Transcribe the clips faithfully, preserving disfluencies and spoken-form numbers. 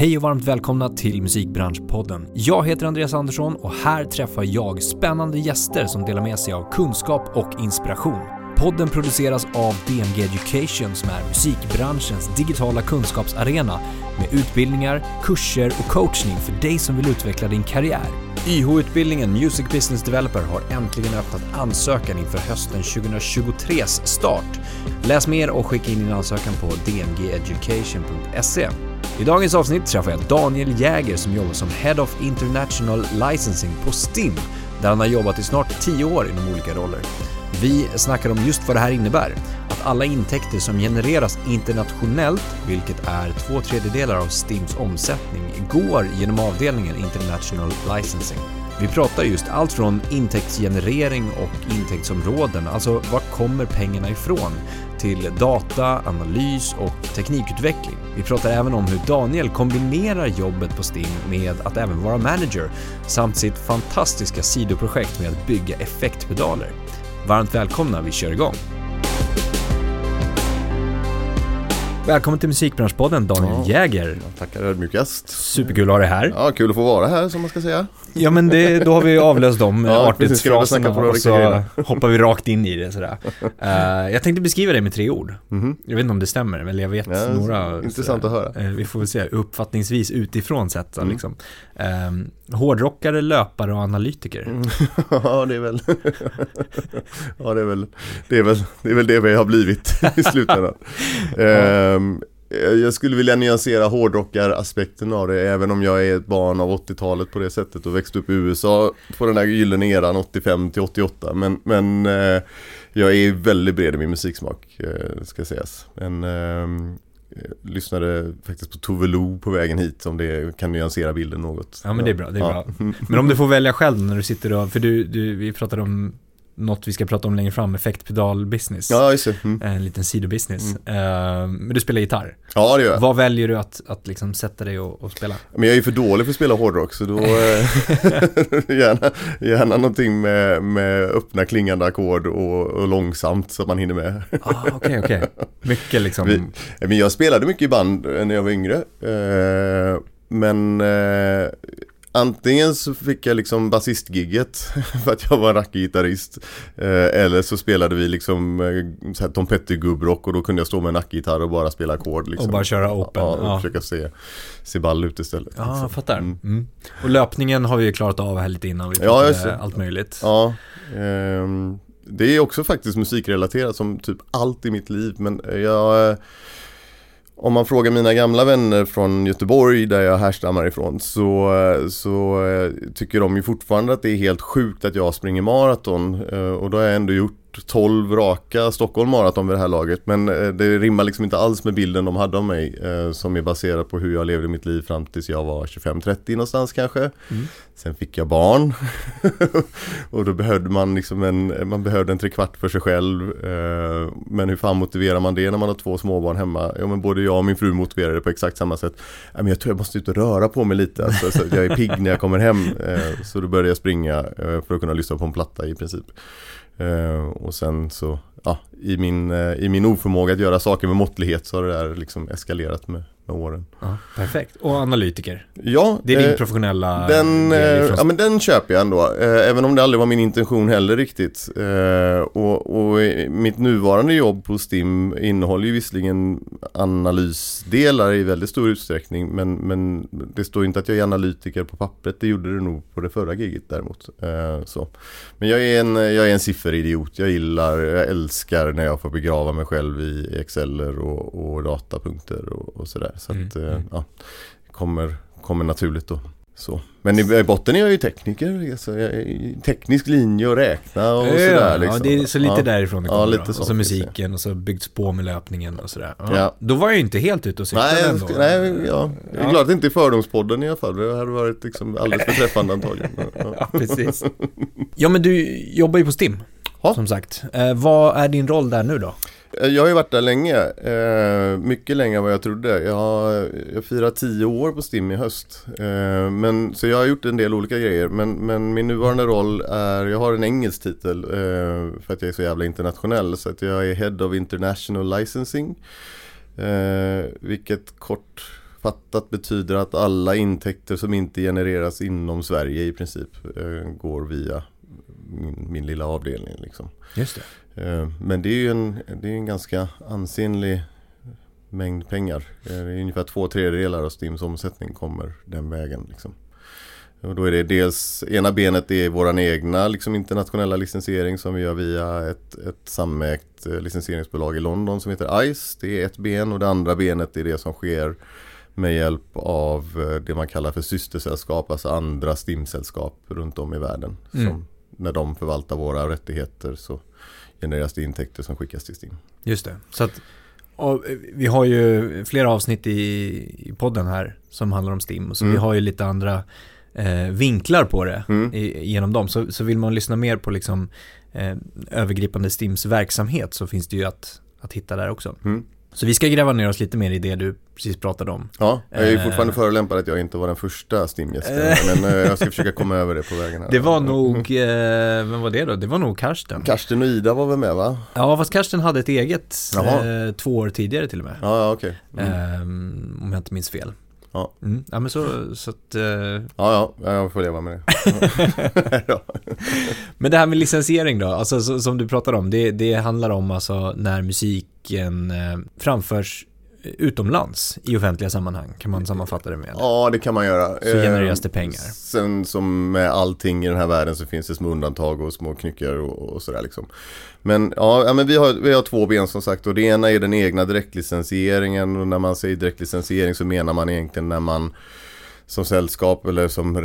Hej och varmt välkomna till Musikbranschpodden. Jag heter Andreas Andersson och här träffar jag spännande gäster som delar med sig av kunskap och inspiration. Podden produceras av D M G Education som är musikbranschens digitala kunskapsarena med utbildningar, kurser och coachning för dig som vill utveckla din karriär. Y H-utbildningen Music Business Developer har äntligen öppnat ansökan inför hösten tjugohundratjugotres start. Läs mer och skicka in din ansökan på d m g education punkt se. I dagens avsnitt träffar jag Daniel Jäger som jobbar som Head of International Licensing på Stim, där han har jobbat i snart tio år inom olika roller. Vi snackar om just vad det här innebär, att alla intäkter som genereras internationellt, vilket är två tredjedelar av Stims omsättning, går genom avdelningen International Licensing. Vi pratar just allt från intäktsgenerering och intäktsområden, alltså var kommer pengarna ifrån, till data, analys och teknikutveckling. Vi pratar även om hur Daniel kombinerar jobbet på Stim med att även vara manager, samt sitt fantastiska sidoprojekt med att bygga effektpedaler. Varmt välkomna, vi kör igång. Välkommen till Musikbranschpodden, Daniel ja, Jäger. Jag tackar ödmjukast. Superkul att ha dig här. Ja, kul att få vara här som man ska säga. Ja, men det, då har vi avlöst de ja, artighetsfraserna och så hoppar vi rakt in i det. Sådär. Uh, jag tänkte beskriva dig med tre ord. Mm-hmm. Jag vet inte om det stämmer, men jag vet ja, några. Intressant så, att höra. Uh, vi får väl se uppfattningsvis utifrån sett. Mm. Liksom. Uh, hårdrockare, löpare och analytiker. Mm. ja, det är väl ja, det är väl det är väl det är väl det vi har blivit i slutändan. uh, Jag skulle vilja nyansera hårdrockar-aspekten av det, även om jag är ett barn av åttiotalet på det sättet och växte upp i U S A på den här gyllene eran åttiofem till åttioåtta. Men, men eh, jag är väldigt bred i min musiksmak, eh, ska sägas. Men eh, jag lyssnade faktiskt på Tove Lo på vägen hit, om det kan nyansera bilden något. Ja, men det är bra, det är ja. bra. Men om du får välja själv när du sitter och, för du, du vi pratade om något vi ska prata om längre fram, effektpedal-business. Ja, just det. Mm. En liten sidobusiness. Mm. Uh, men du spelar gitarr. Ja, det gör jag. Vad väljer du att, att liksom sätta dig och, och spela? Men jag är ju för dålig för att spela hårdrock, så då gärna, gärna någonting med, med öppna klingande ackord och, och långsamt så att man hinner med. ah, okej, okej. Mycket liksom. Vi, men jag spelade mycket i band när jag var yngre. Uh, men... Uh, Antingen så fick jag liksom basistgigget för att jag var rackgitarrist, eh, eller så spelade vi liksom eh, så här Tom Petty-gubbrock, och då kunde jag stå med en nackgitarr och bara spela ackord liksom. Och bara köra open. Ja, och ja. försöka se, se ball ut istället. Ja, liksom. jag fattar. Mm. Mm. Och löpningen har vi ju klarat av här lite innan. Vi ja, just det. Allt möjligt. Ja, eh, det är också faktiskt musikrelaterat som typ allt i mitt liv, men jag... Om man frågar mina gamla vänner från Göteborg, där jag härstammar ifrån, så, så tycker de ju fortfarande att det är helt sjukt att jag springer maraton. Och då har jag ändå gjort tolv raka Stockholm maraton vid det här laget. Men det rimmar liksom inte alls med bilden de hade av mig, som är baserad på hur jag levde mitt liv fram tills jag var tjugofem trettio någonstans kanske. Mm. Sen fick jag barn. Och då behövde man liksom en, man behövde en trekvart för sig själv. Men hur fan motiverar man det när man har två småbarn hemma? Ja, men både jag och min fru motiverar det på exakt samma sätt. Ja, men jag tror jag måste ut och röra på mig lite. Alltså, så jag är pigg när jag kommer hem. Så då började jag springa för att kunna lyssna på en platta i princip. Uh, och sen så ja, i, min, uh, i min oförmåga att göra saker med måttlighet så har det där liksom eskalerat med, med åren. Ja, perfekt. Och analytiker? Ja, det är din uh, professionella den, uh, ifrån... ja, men den köper jag ändå, uh, även om det aldrig var min intention heller riktigt. Uh, och, och mitt nuvarande jobb på Stim innehåller ju visserligen analysdelar i väldigt stor utsträckning, men, men det står inte att jag är analytiker på pappret. Det gjorde det nog på det förra giget däremot. Uh, så. Men jag är en, jag är en sifferidiot. Jag gillar, jag älskar när jag får begrava mig själv i Exceler och, och datapunkter och, och sådär. Så att, mm. ja, kommer, kommer naturligt då. Så. Men i, i botten är jag ju tekniker, alltså jag är i teknisk linje och räkna och ja, sådär. Liksom. Ja, det är så lite ja. därifrån det kommer. Ja, lite och så musiken och så byggts på med löpningen och sådär. Ja. Ja. Då var jag ju inte helt ute och cyklade nej, ändå. Nej, ja. Jag är ja. glad att det inte är fördomspodden i alla fall. Det hade varit liksom alldeles för träffande antagligen. Ja. ja, precis. Ja, men du jobbar ju på Stim, ja. som sagt. Eh, vad är din roll där nu då? Jag har ju varit där länge, eh, mycket längre än vad jag trodde. Jag har, jag firar tio år på Stim i höst. Eh, men, så jag har gjort en del olika grejer. Men, men min nuvarande roll är, jag har en engelsk titel eh, för att jag är så jävla internationell. Så att jag är Head of International Licensing. Eh, vilket kort kortfattat betyder att alla intäkter som inte genereras inom Sverige i princip eh, går via min, min lilla avdelning liksom. Just det. Eh, men det är ju en, det är en ganska ansenlig mängd pengar. Det är ungefär två tredjedelar av Steams omsättning kommer den vägen liksom. Och då är det dels, ena benet är våran egna liksom, internationella licensiering som vi gör via ett, ett samägt eh, licensieringsbolag i London som heter ICE. Det är ett ben, och det andra benet är det som sker med hjälp av eh, det man kallar för systersällskap, alltså andra Steam-sällskap runt om i världen. Mm. Som, när de förvaltar våra rättigheter så genereras det intäkter som skickas till Steam. Just det. Så att, och vi har ju flera avsnitt i, i podden här som handlar om Steam, så mm. vi har ju lite andra Eh, vinklar på det mm. i, genom dem. Så, så vill man lyssna mer på liksom, eh, övergripande Steams verksamhet, så finns det ju att, att hitta där också. Mm. Så vi ska gräva ner oss lite mer i det du precis pratade om. Ja, jag är ju fortfarande eh, förolämpad att jag inte var den första Steam-gästen, men eh, jag ska försöka komma över det på vägen här. Det var nog, eh, vem var det då? Det var nog Karsten. Karsten och Ida var väl med, va? Ja, fast Karsten hade ett eget eh, två år tidigare till och med. Ja, ja okej. Okay. Mm. Eh, om jag inte minns fel. Ja. Mm. Ja, men så, så att... Uh... Ja, ja, jag får leva med det. Ja. Men det här med licensiering då, alltså, så, som du pratade om, det, det handlar om alltså när musiken eh, framförs utomlands i offentliga sammanhang, kan man sammanfatta det med? Ja, det kan man göra. Så genereras det pengar. Sen som med allting i den här världen så finns det små undantag och små knyckar och, och sådär liksom. Men ja, men vi har, vi har två ben som sagt, och det ena är den egna direktlicensieringen, och när man säger direktlicensiering så menar man egentligen när man som sällskap eller som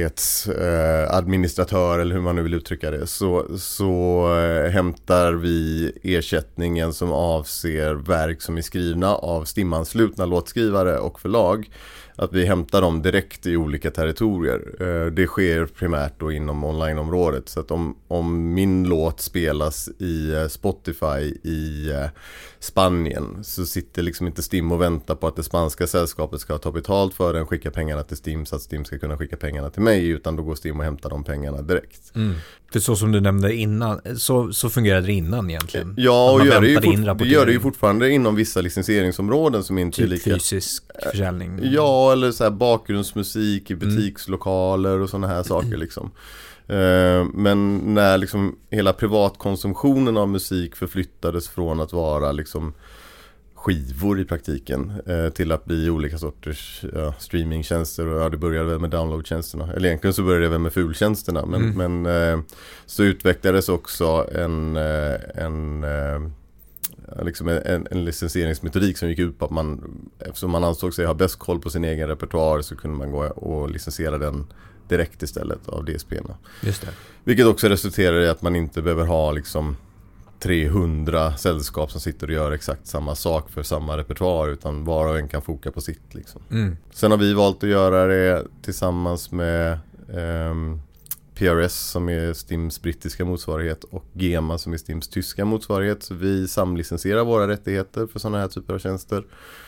rättighetsadministratör eh, eller hur man nu vill uttrycka det, så, så eh, hämtar vi ersättningen som avser verk som är skrivna av Steam-anslutna låtskrivare och förlag, att vi hämtar dem direkt i olika territorier. Eh, det sker primärt då inom onlineområdet, så att om, om min låt spelas i eh, Spotify i eh, Spanien, så sitter liksom inte Steam och väntar på att det spanska sällskapet ska ta betalt för den, skicka pengarna till Steam så att Steam ska kunna skicka pengarna till mig, utan då går Steam och hämtar de pengarna direkt. Mm. För så som du nämnde innan, så, så fungerade det innan egentligen. Ja, och gör det, ju fort, det gör det ju fortfarande inom vissa licensieringsområden som inte typ är lika... fysisk försäljning. Ja, eller så här bakgrundsmusik i butikslokaler och sådana här saker liksom. Men när liksom hela privatkonsumtionen av musik förflyttades från att vara liksom skivor i praktiken eh, till att bli olika sorters ja, streamingtjänster, och ja, det började väl med downloadtjänsterna, eller egentligen så började det väl med fultjänsterna, men, mm. men eh, så utvecklades också en, eh, en eh, liksom en, en licensieringsmetodik som gick ut på att man, eftersom man ansåg sig ha bäst koll på sin egen repertoar, så kunde man gå och licensiera den direkt istället av D S P-erna. Just det. Vilket också resulterar i att man inte behöver ha liksom trehundra sällskap som sitter och gör exakt samma sak för samma repertoar, utan var och en kan foka på sitt liksom. Mm. Sen har vi valt att göra det tillsammans med um, P R S som är Steams brittiska motsvarighet och GEMA som är Steams tyska motsvarighet, så vi samlicensierar våra rättigheter för sådana här typer av tjänster.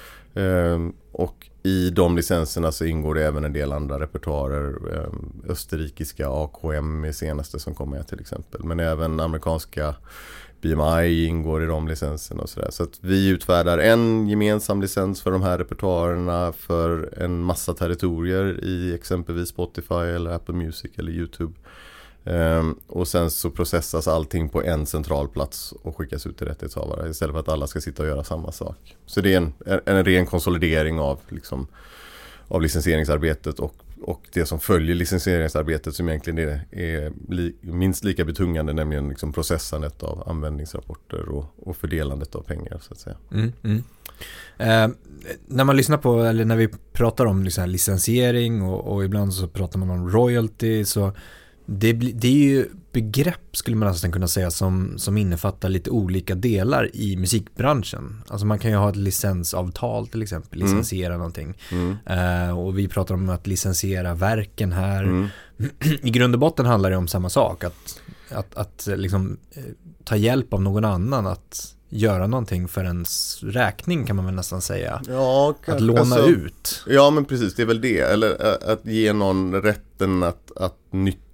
Um, och i de licenserna så ingår det även en del andra repertoarer. Um, österrikiska A K M är senaste som kommer till exempel, men även amerikanska B M I ingår i de licenserna och sådär. Så att vi utfärdar en gemensam licens för de här repertoarerna för en massa territorier i exempelvis Spotify eller Apple Music eller YouTube. Um, och sen så processas allting på en central plats och skickas ut till rättighetshavare istället för att alla ska sitta och göra samma sak. Så det är en, en ren konsolidering av, liksom, av licensieringsarbetet och, och det som följer licensieringsarbetet, som egentligen är, är li, minst lika betungande, nämligen liksom processandet av användningsrapporter och, och fördelandet av pengar så att säga. Mm, mm. Eh, när man lyssnar på, eller när vi pratar om liksom licensiering och, och ibland så pratar man om royalty, så Det, det är ju begrepp, skulle man nästan kunna säga, som, som innefattar lite olika delar i musikbranschen. Alltså man kan ju ha ett licensavtal till exempel, licensiera mm. någonting. Mm. Uh, och vi pratar om att licensiera verken här. Mm. I grund och botten handlar det om samma sak, att, att, att liksom, ta hjälp av någon annan att göra någonting för ens räkning, kan man väl nästan säga. Ja, att låna alltså, ut. Ja, men precis, det är väl det. Eller att ge någon rätten att, att nyttja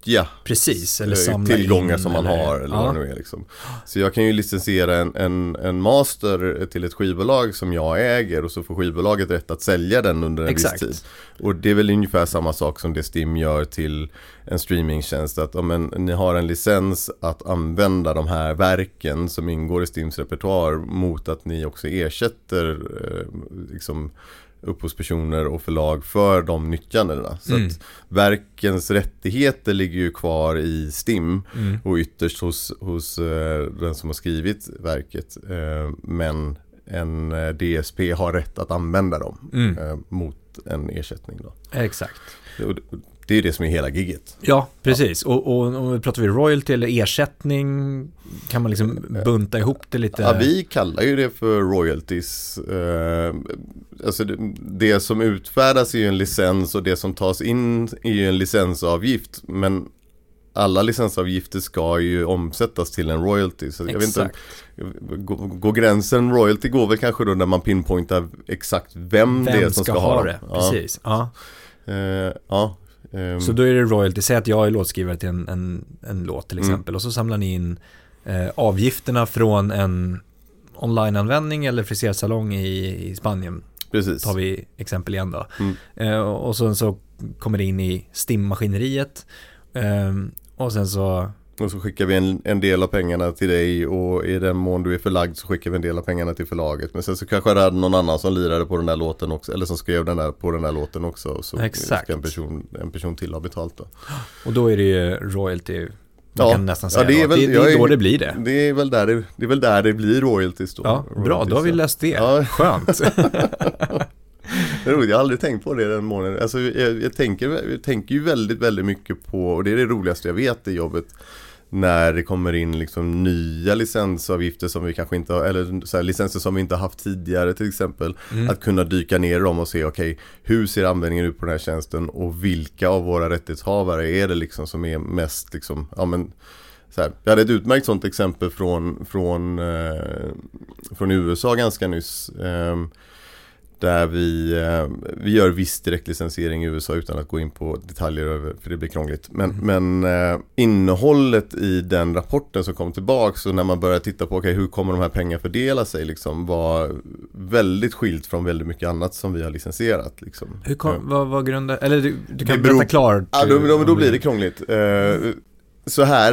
nyttja Precis, eller samla tillgångar in, som man eller, har eller ja. vad det nu är liksom. Så jag kan ju licensiera en, en, en master till ett skivbolag som jag äger och så får skivbolaget rätt att sälja den under en Exakt. viss tid. Och det är väl ungefär samma sak som det Steam gör till en streamingtjänst, att om en, ni har en licens att använda de här verken som ingår i Steams repertoar mot att ni också ersätter eh, liksom upphovspersoner och förlag för de nyttjandena. Så Mm. att verkens rättigheter ligger ju kvar i Steam Mm. och ytterst hos, hos eh, den som har skrivit verket. Eh, men en eh, D S P har rätt att använda dem Mm. eh, mot en ersättning då. Exakt. Och det, det är det som är hela gigget. Ja, precis. Ja. Och, och, och pratar vi royalty eller ersättning, kan man liksom bunta ihop det lite? Ja, vi kallar ju det för royalties. Eh, alltså det, det som utfärdas är ju en licens och det som tas in är ju en licensavgift. Men alla licensavgifter ska ju omsättas till en royalty. Så jag vet inte, går, går gränsen, royalty går väl kanske då när man pinpointar exakt vem, vem det är som ska, ska ha det. Precis, ja. ja. Eh, ja. Um, så då är det royalty, säg att jag är låtskrivare till en, en, en låt till exempel, mm. och så samlar ni in eh, avgifterna från en online-användning eller frisersalong i, i Spanien. Precis. Tar vi exempel igen då. Mm. Eh, och sen så kommer det in i Steam-maskineriet eh, och sen så och så skickar vi en, en del av pengarna till dig och i den mån du är förlagd så skickar vi en del av pengarna till förlaget. Men sen så kanske det är någon annan som lirade på den där låten också, eller som skrev den där, på den där låten också. Och så Exakt. ska en person, en person till ha betalt då. Och då är det ju royalty, man ja. kan nästan säga. Ja, det är väl, det, det är då det blir det. Det är väl där det, det, är väl där det blir royalties då. Ja, bra, royalties, då har vi läst det. Ja. Skönt. Det är roligt, jag har aldrig tänkt på det den månaden. Alltså, jag, jag, tänker, jag tänker ju väldigt, väldigt mycket på, och det är det roligaste jag vet i jobbet, när det kommer in liksom nya licensavgifter som vi kanske inte har, eller så här, licenser som vi inte har haft tidigare till exempel, mm. att kunna dyka ner i dem och se okej, okay, hur ser användningen ut på den här tjänsten och vilka av våra rättighetshavare är det liksom som är mest liksom, ja men så här, jag hade ett utmärkt sånt exempel från från, eh, från U S A ganska nyss, eh, där vi, eh, vi gör viss direktlicensiering i U S A utan att gå in på detaljer över, för det blir krångligt. Men, mm. men eh, innehållet i den rapporten som kom tillbaka, så när man börjar titta på okay, hur kommer de här pengarna fördela sig liksom, var väldigt skilt från väldigt mycket annat som vi har licensierat. Liksom. Hur kom, ja. vad var grunden? Eller du, du kan beror, berätta klart. Ja, då, då, då blir det krångligt. Eh, så här,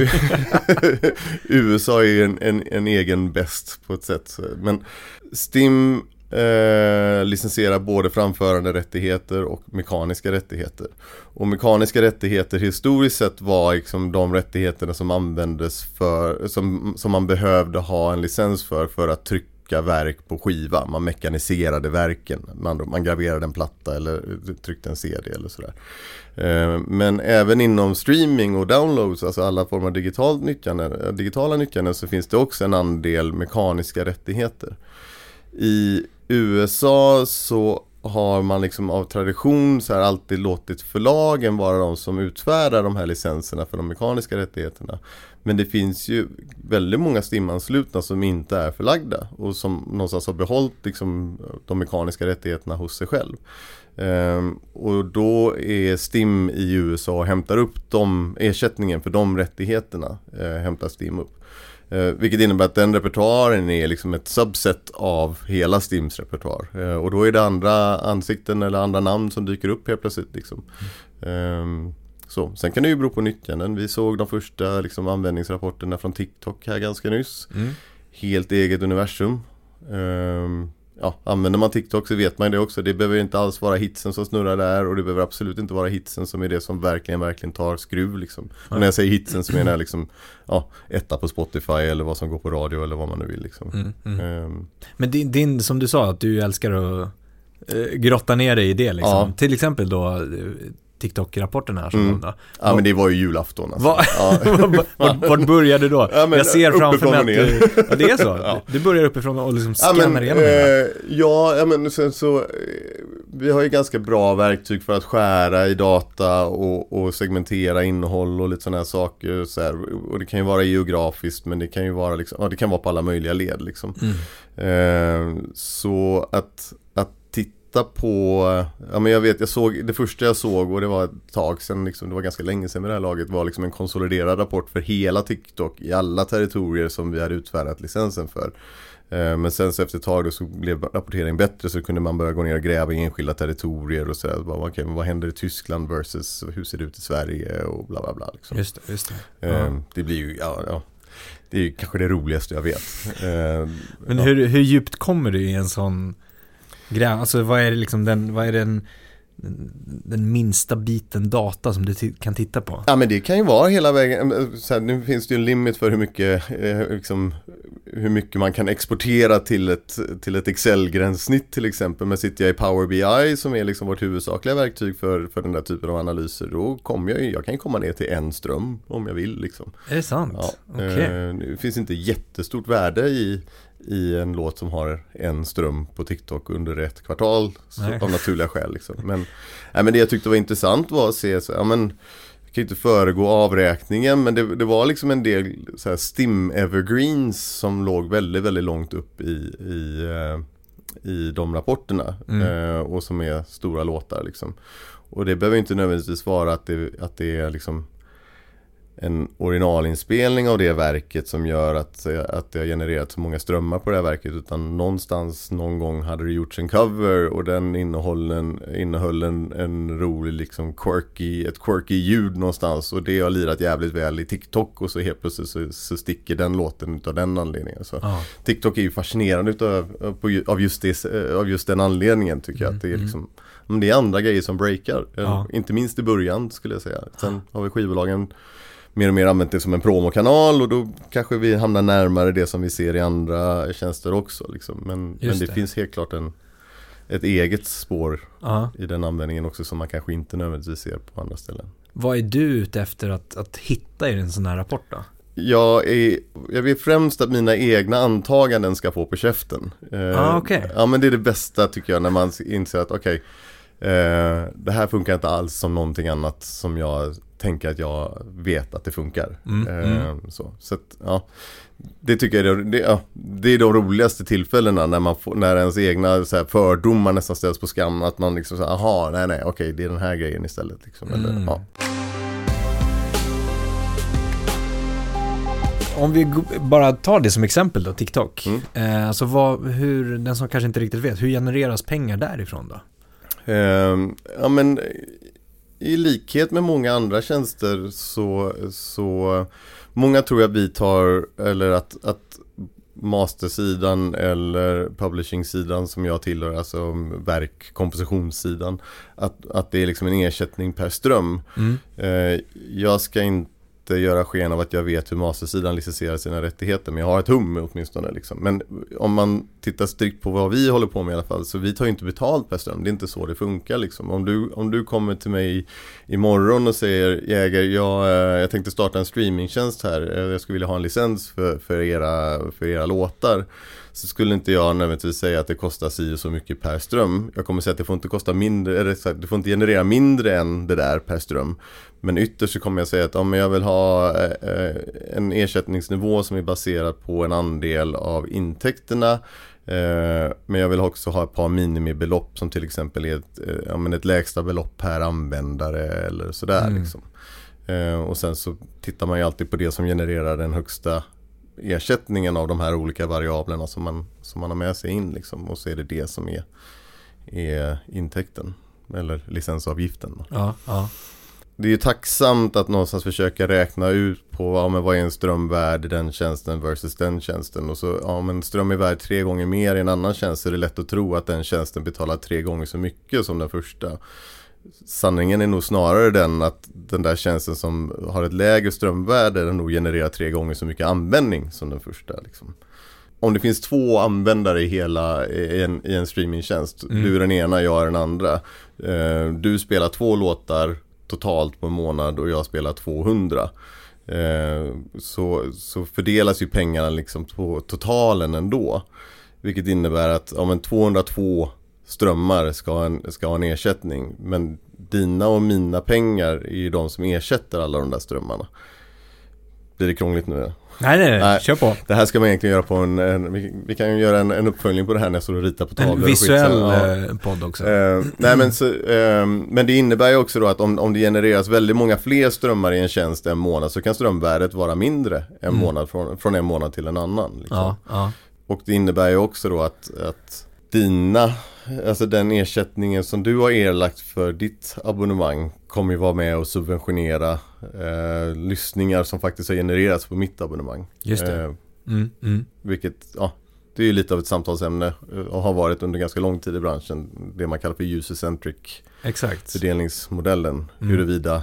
U S A är en, en, en egen bäst på ett sätt. Men Steam Eh, licensierar både framförande rättigheter och mekaniska rättigheter. Och mekaniska rättigheter historiskt sett var liksom de rättigheterna som användes för, som, som man behövde ha en licens för för att trycka verk på skiva. Man mekaniserade verken. Man, man graverade en platta eller tryckte en C D eller sådär. Eh, men även inom streaming och downloads, alltså alla former av digitalt nyttjande, digitala nyttjanden, så finns det också en andel mekaniska rättigheter. I U S A så har man liksom av tradition så här alltid låtit förlagen vara de som utfärdar de här licenserna för de mekaniska rättigheterna. Men det finns ju väldigt många Steam-anslutna som inte är förlagda och som någonstans har behållit liksom de mekaniska rättigheterna hos sig själv. Um, och då är Steam i U S A och hämtar upp de, ersättningen för de rättigheterna uh, hämtar Steam upp. Uh, vilket innebär att den repertoaren är liksom ett subset av hela Steams repertoar. Uh, och då är det andra ansikten eller andra namn som dyker upp helt plötsligt. Liksom. Mm. Um, så. Sen kan det ju bero på nyttjanden. Vi såg de första liksom, användningsrapporterna från TikTok här ganska nyss. Mm. Helt eget universum. Um, ja, använder man TikTok så vet man det också. Det behöver inte alls vara hitsen som snurrar där, och det behöver absolut inte vara hitsen som är det som verkligen, verkligen tar skruv liksom. Och när jag säger hitsen så menar jag liksom, ja, etta på Spotify eller vad som går på radio eller vad man nu vill liksom. Mm, mm. Um, Men din, din, som du sa, att du älskar att äh, grotta ner dig i det liksom. Ja. Till exempel då TikTok-rapporten här som mm. då. Ja, men det var ju julafton alltså. Va? Ja. Vart, vart började då? Ja, jag ser framför mig att du, ja, det är så. Ja. Du börjar uppifrån och liksom scannar ja, igenom det. Eh, ja, ja, men sen så eh, vi har ju ganska bra verktyg för att skära i data och, och segmentera innehåll och lite sådana här saker så här. Och det kan ju vara geografiskt, men det kan ju vara liksom, ja, det kan vara på alla möjliga led liksom. Mm. Eh, så att att titta titta på, ja men jag vet, jag såg, det första jag såg, och det var ett tag sedan liksom, det var ganska länge sedan med det här laget, var liksom en konsoliderad rapport för hela TikTok i alla territorier som vi hade utfärdat licensen för. Men sen så efter ett tag då så blev rapporteringen bättre, så kunde man börja gå ner och gräva i enskilda territorier och sådär. Okay, vad händer i Tyskland versus hur ser det ut i Sverige och bla bla bla. Liksom. Just det, just det. Ja. Det blir ju, ja, ja, det är ju kanske det roligaste jag vet. Men ja. hur, hur djupt kommer du i en sån grej? Alltså vad är det liksom den, vad är den den minsta biten data som du t- kan titta på? Ja, men det kan ju vara hela vägen. Så här, nu finns det ju en limit för hur mycket eh, liksom, hur mycket man kan exportera till ett, till ett Excel-gränssnitt till exempel. Men sitter jag i Power B I som är liksom vårt huvudsakliga verktyg för, för den där typen av analyser, då kommer jag ju, jag kan ju komma ner till en ström om jag vill liksom. Är det sant? Ja, okay. eh, det finns inte jättestort värde i i en låt som har en ström på TikTok under ett kvartal så, av naturliga skäl liksom. Men, nej, men det jag tyckte var intressant var att se så, ja, men jag kan inte föregå avräkningen, men det, det var liksom en del så här stim evergreens som låg väldigt, väldigt långt upp i, i, uh, i de rapporterna mm. uh, och som är stora låtar liksom. Och det behöver inte nödvändigtvis vara att det, att det är liksom en originalinspelning av det verket som gör att, att det har genererat så många strömmar på det här verket, utan någonstans någon gång hade det gjorts en cover och den innehöll en, innehöll en, en rolig liksom quirky, ett quirky ljud någonstans, och det har lirat jävligt väl i TikTok, och så helt plötsligt så, så sticker den låten utav den anledningen. Så ah. TikTok är ju fascinerande utav, på, av, just det, av just den anledningen tycker jag, mm, att det är liksom, men det är andra grejer som breakar, ah. inte minst i början skulle jag säga. Sen ah. har vi skivbolagen mer och mer använt det som en promokanal, och då kanske vi hamnar närmare det som vi ser i andra tjänster också liksom. Men, men det, det finns helt klart en, ett eget spår uh-huh. i den användningen också som man kanske inte nödvändigtvis ser på andra ställen. Vad är du ute efter att, att hitta i en sån här rapport då? Jag, är, jag vill främst att mina egna antaganden ska få på käften. Ah, okay. Ja, men det är det bästa tycker jag, när man inser att okej, okay, eh, det här funkar inte alls som någonting annat som jag tänker att jag vet att det funkar. Mm, eh, mm. Så, så att, ja, det tycker jag är, det, ja, det är de roligaste tillfällena när, man får, när ens egna så här, fördomar nästan ställs på skam, att man liksom säger, aha, nej, nej, okej, det är den här grejen istället. Liksom, mm. eller, ja. Om vi bara tar det som exempel då, TikTok. Mm. Eh, alltså vad, hur, den som kanske inte riktigt vet, hur genereras pengar därifrån då? Eh, ja men i likhet med många andra tjänster så, så många tror jag vi tar, eller att, att mastersidan eller publishing-sidan som jag tillhör, alltså verk, kompositionssidan, att, att det är liksom en ersättning per ström. Mm. Eh, jag ska inte göra sken av att jag vet hur mastersidan licensierar sina rättigheter, men jag har ett hum åtminstone liksom. Men om man tittar strikt på vad vi håller på med i alla fall, så vi tar ju inte betalt per ström. Det är inte så det funkar liksom. Om du, om du kommer till mig imorgon och säger, Jäger, jag, jag tänkte starta en streamingtjänst här, jag skulle vilja ha en licens för, för, era, för era låtar, så skulle inte jag nödvändigtvis säga att det kostar si och så mycket per ström. Jag kommer säga att det får inte kosta mindre, eller det får inte generera mindre än det där per ström. Men ytterst så kommer jag säga att om jag vill ha eh, en ersättningsnivå som är baserad på en andel av intäkterna, eh, men jag vill också ha ett par minimibelopp som till exempel är ett, eh, ja, men ett lägsta belopp per användare eller sådär. Mm. Liksom. Eh, och sen så tittar man ju alltid på det som genererar den högsta ersättningen av de här olika variablerna som man, som man har med sig in liksom, och så är det det som är, är intäkten eller licensavgiften. Ja, ja. Det är ju tacksamt att någonstans försöka räkna ut på ja, men vad är en ström värd i den tjänsten versus den tjänsten, och så ja, men ström är värd tre gånger mer i en annan tjänst, så är det lätt att tro att den tjänsten betalar tre gånger så mycket som den första. Sanningen är nog snarare den att den där tjänsten som har ett lägre strömvärde den nog genererar tre gånger så mycket användning som den första liksom. Om det finns två användare i hela i en, i en streamingtjänst, mm. du är den ena, jag är den andra, eh, du spelar två låtar totalt på en månad och jag spelar tvåhundra, eh, så, så fördelas ju pengarna liksom på totalen ändå, vilket innebär att om en tvåhundratvå strömmar ska ha, en, ska ha en ersättning, men dina och mina pengar är ju de som ersätter alla de där strömmarna. blir det krångligt nu? Nej, nej, nej, nej. Kör på. Det här ska man egentligen göra på en, en vi, vi kan ju göra en, en uppföljning på det här när jag står och ritar på tavlor. En visuell och skit, ja. podd också. Uh, nej men, så, uh, men det innebär ju också då att om, om det genereras väldigt många fler strömmar i en tjänst en månad så kan strömvärdet vara mindre en mm. månad från, från en månad till en annan. Liksom. Ja, ja. Och det innebär ju också då att, att dina, alltså den ersättningen som du har erlagt för ditt abonnemang kommer ju vara med och subventionera eh, lyssningar som faktiskt har genererats på mitt abonnemang. Just det. Eh, mm, mm. Vilket, ja, det är ju lite av ett samtalsämne och har varit under ganska lång tid i branschen. Det man kallar för user-centric Exakt. fördelningsmodellen. Mm. Huruvida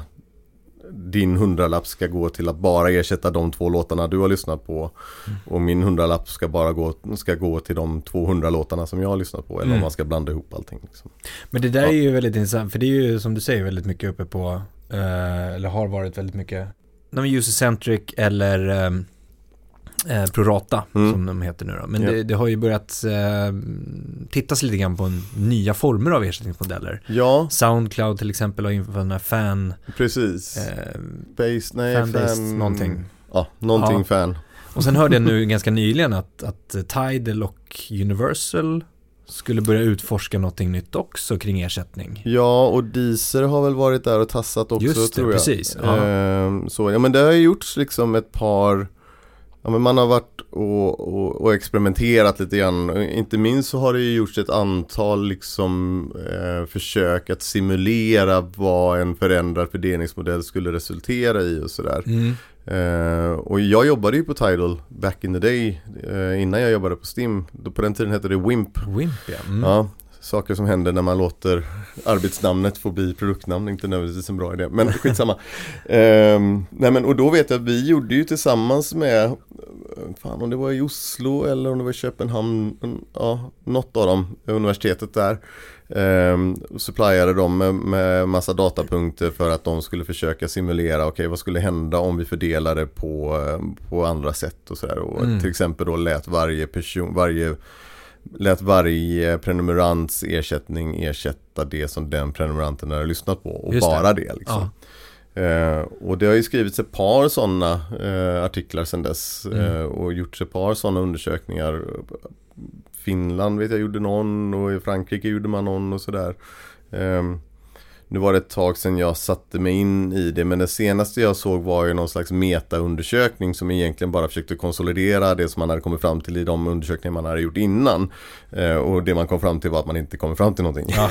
din hundralapp ska gå till att bara ersätta de två låtarna du har lyssnat på mm. och min hundralapp ska bara gå, ska gå till de tvåhundra låtarna som jag har lyssnat på eller mm. om man ska blanda ihop allting liksom. Men det där ja. är ju väldigt intressant för det är ju som du säger väldigt mycket uppe på eh, eller har varit väldigt mycket user-centric eller eh, Eh, prorata mm. som de heter nu då. Men ja. det, det har ju börjat eh, tittas lite grann på en, nya former av ersättningsmodeller. Ja. Soundcloud till exempel har infört den här fan Precis. Eh, Base, nej, fan-based fan någonting. Ja, någonting ja. fan. Och sen hörde jag nu ganska nyligen att, att Tidal och Universal skulle börja utforska någonting nytt också kring ersättning. Ja, och Deezer har väl varit där och tassat också. Just det, tror jag. precis. Ja. Eh, så, ja, men det har gjorts liksom ett par. Ja, men man har varit och, och, och experimenterat lite grann. Inte minst så har det ju gjorts ett antal liksom, eh, försök att simulera vad en förändrad fördelningsmodell skulle resultera i och sådär. Mm. Eh, och jag jobbade ju på Tidal back in the day eh, innan jag jobbade på Stim. Då på den tiden hette det Wimp. Wimp, ja. Mm. Ja. Saker som händer när man låter arbetsnamnet få bli produktnamn, inte nödvändigtvis en bra idé, men skitsamma. ehm, nej men, och då vet jag att vi gjorde ju tillsammans med, fan om det var i Oslo eller om det var i Köpenhamn, ja, något av dem, universitetet där, ehm, supplyade dem med, med massa datapunkter för att de skulle försöka simulera, okej okay, vad skulle hända om vi fördelade på, på andra sätt och sådär, och mm. till exempel då lät varje person, varje lät varje prenumerants ersättning ersätta det som den prenumeranten har lyssnat på och Just bara det, det liksom. Ja. Eh, och det har ju skrivits ett par sådana eh, artiklar sedan dess mm. eh, och gjorts ett par sådana undersökningar. Finland vet jag gjorde någon och i Frankrike gjorde man någon och sådär. Eh, Nu var det ett tag sedan jag satte mig in i det, men det senaste jag såg var ju någon slags metaundersökning som egentligen bara försökte konsolidera det som man hade kommit fram till i de undersökningar man hade gjort innan. Eh, och det man kom fram till var att man inte kom fram till någonting. Ja.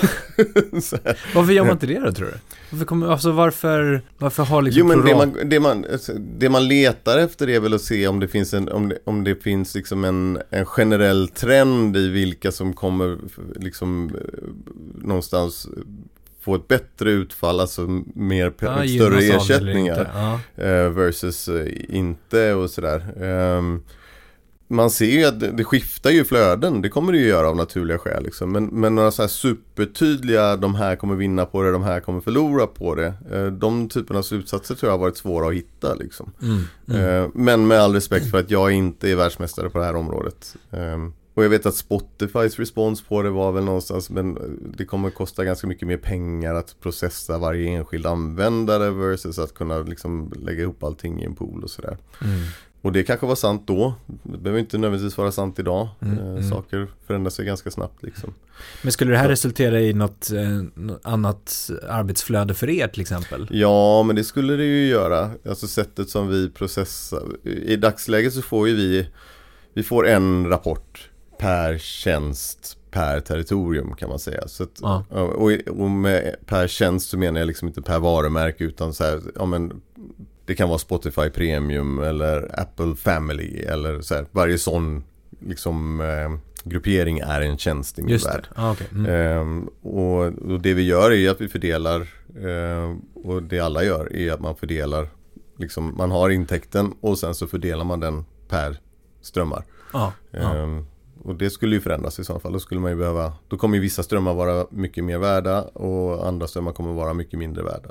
Varför gör man inte det då, tror du? Varför, kommer, alltså varför, varför har liksom... Jo, men det man, det, man, det man letar efter är väl att se om det finns, en, om det, om det finns liksom en, en generell trend i vilka som kommer liksom någonstans... få ett bättre utfall, alltså mer ja, större ersättningar ja. uh, versus uh, inte och sådär. Um, man ser ju att det, det skiftar ju flöden, det kommer det ju göra av naturliga skäl liksom. men, men några så här supertydliga, de här kommer vinna på det, de här kommer förlora på det, uh, de typerna av slutsatser tror jag har varit svåra att hitta liksom. mm, mm. Uh, men med all respekt för att jag inte är världsmästare på det här området. Um, Och jag vet att Spotifys respons på det var väl någonstans, men det kommer kosta ganska mycket mer pengar att processa varje enskild användare versus att kunna liksom lägga ihop allting i en pool och sådär. Mm. Och det kanske var sant då, det behöver inte nödvändigtvis vara sant idag. Mm, eh, mm. Saker förändras sig ganska snabbt liksom. Men skulle det här resultera i något, eh, något annat arbetsflöde för er till exempel? Ja, men det skulle det ju göra. Alltså sättet som vi processar. I dagsläget så får ju vi, vi får en rapport per tjänst, per territorium kan man säga. Så att, ja. och, och med per tjänst så menar jag liksom inte per varumärke, utan så här, ja, men det kan vara Spotify Premium eller Apple Family eller så här, varje sån liksom eh, gruppering är en tjänst i min Just värld. Ah, okay. mm. eh, och, och det vi gör är att vi fördelar eh, och det alla gör är att man fördelar liksom, man har intäkten och sen så fördelar man den per strömmar. Ah, eh, ah. Och det skulle ju förändras i så fall. Då skulle man ju behöva, då kommer ju vissa strömmar vara mycket mer värda och andra strömmar kommer vara mycket mindre värda.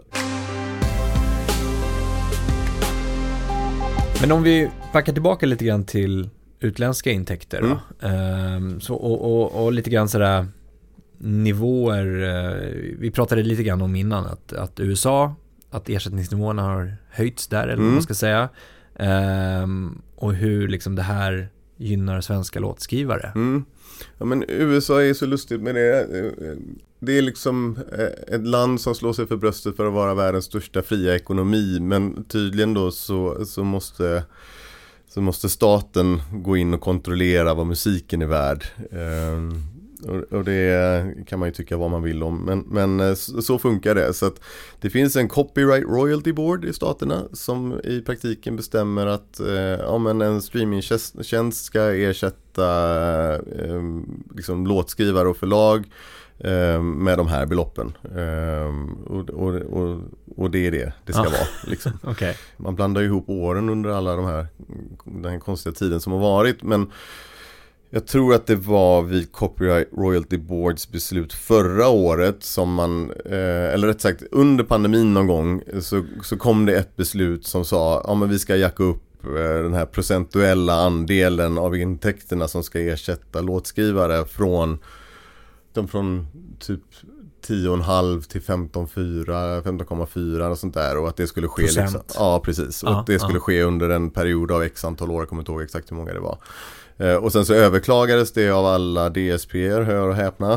Men om vi backar tillbaka lite grann till utländska intäkter då. Mm. Um, så, och, och, och lite grann sådär nivåer. Uh, vi pratade lite grann om innan att, att U S A, att ersättningsnivåerna har höjts där eller mm. vad man ska säga. Um, och hur liksom det här gynnar svenska låtskrivare. Mm. Ja, men U S A är så lustigt med det. Det är liksom ett land som slår sig för bröstet för att vara världens största fria ekonomi, men tydligen då så, så måste så måste staten gå in och kontrollera vad musiken är värd. Um, och, och det kan man ju tycka vad man vill om, men, men så, så funkar det. Så att det finns en copyright royalty board i staterna som i praktiken bestämmer att eh, ja, men en streamingtjänst ska ersätta eh, liksom låtskrivare och förlag eh, med de här beloppen. Eh, och, och, och, och det är det det ska ah. vara. Liksom. Okay. Man blandar ju ihop åren under alla de här, den här konstiga tiden som har varit, men jag tror att det var vid Copyright Royalty Boards beslut förra året som man, eh, eller rätt sagt under pandemin någon gång så, så kom det ett beslut som sa ja men vi ska jacka upp eh, den här procentuella andelen av intäkterna som ska ersätta låtskrivare från, de från typ tio komma fem till femton komma fyra och sånt där, och att det skulle ske liksom, ja precis, och ah, att det skulle ah. ske under en period av x antal år, jag kommer inte ihåg exakt hur många det var. Eh, och sen så överklagades det av alla D S P-er, hör och häpna.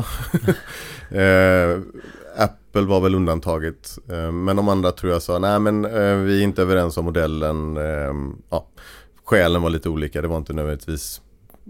eh, Apple var väl undantaget, eh, men de andra tror jag sa nej men eh, vi är inte överens om modellen. Eh, ja, skälen var lite olika, det var inte nödvändigtvis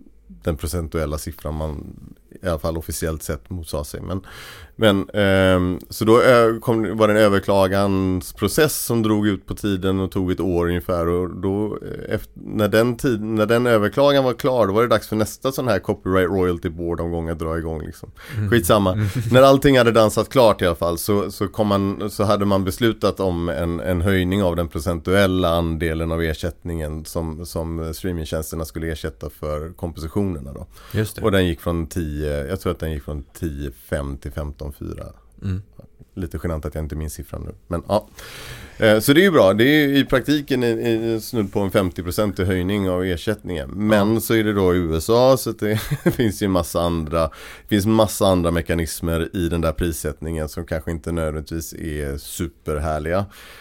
den procentuella siffran man i alla fall officiellt sett motsade sig. Men, men eh, så då kom, var det en överklagansprocess som drog ut på tiden och tog ett år ungefär, och då efter, när, den tid, när den överklagan var klar, då var det dags för nästa sån här copyright royalty board omgång att dra igång liksom. Mm. Skitsamma. Mm. När allting hade dansat klart i alla fall så, så, kom man, så hade man beslutat om en, en höjning av den procentuella andelen av ersättningen som, som streamingtjänsterna skulle ersätta för kompositionerna då. Just det. Och den gick från tio, jag tror att den gick från tio komma fem till femton komma fyra. Mm. Lite genant att jag inte minns siffran nu. Men ja. Eh, så det är ju bra. Det är i praktiken är snudd på en femtio procent höjning av ersättningen. Men ja. Så är det då i U S A, så att det finns ju en massa andra, det finns massa andra mekanismer i den där prissättningen som kanske inte nödvändigtvis är superhärliga.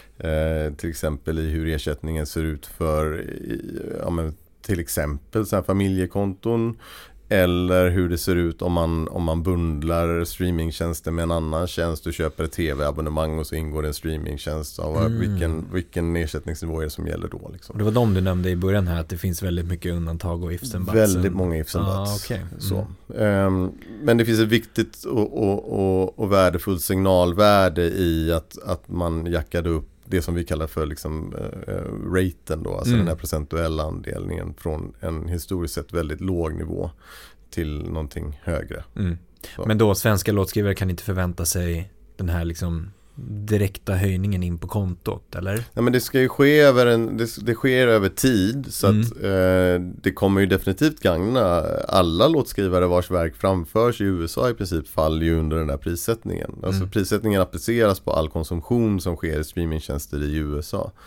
Eh, till exempel i hur ersättningen ser ut för i, ja, men, till exempel så här familjekonton, eller hur det ser ut om man, om man bundlar streamingtjänster med en annan tjänst och köper ett tv-abonnemang och så ingår det en streamingtjänst av mm. vilken, vilken ersättningsnivå är det som gäller då liksom. Och det var de du nämnde i början här, att det finns väldigt mycket undantag och ifs and buts. Väldigt många ifs and buts. Ah, okay. mm. Så. Um, men det finns ett viktigt och, och, och, och värdefullt signalvärde i att, att man jackade upp det som vi kallar för liksom uh, raten då, alltså mm. den här procentuella andelningen från en historiskt sett väldigt låg nivå till någonting högre. Mm. Men då svenska låtskrivare kan inte förvänta sig den här liksom direkta höjningen in på kontot, eller? Ja, men det ska ju ske över en, det, det sker över tid, så mm. att eh, det kommer ju definitivt gagna alla låtskrivare vars verk framförs i U S A i princip faller ju under den där prissättningen. Alltså mm. prissättningen appliceras på all konsumtion som sker i streamingtjänster i U S A.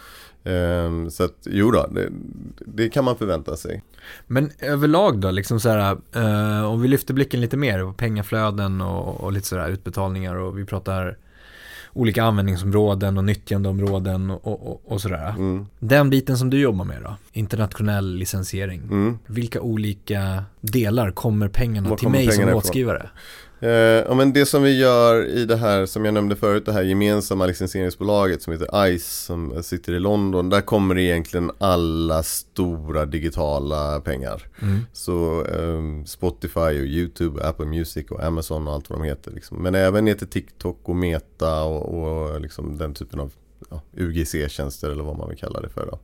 Um, så att jo då, det, det kan man förvänta sig. Men överlag då, liksom så här, uh, om vi lyfter blicken lite mer på pengaflöden och, och lite sådär utbetalningar, och vi pratar olika användningsområden och nyttjandeområden och, och, och sådär. Mm. Den biten som du jobbar med då, internationell licensiering. Mm. Vilka olika delar kommer pengarna Var till mig pengarna som låtskrivare? Uh, ja, men det som vi gör i det här, som jag nämnde förut, det här gemensamma licensieringsbolaget som heter ICE, som sitter i London, där kommer det egentligen alla stora digitala pengar. Mm. Så um, Spotify och YouTube, Apple Music och Amazon och allt vad de heter liksom. Men även ner till TikTok och Meta och, och liksom den typen av ja, U G C-tjänster eller vad man vill kalla det för då.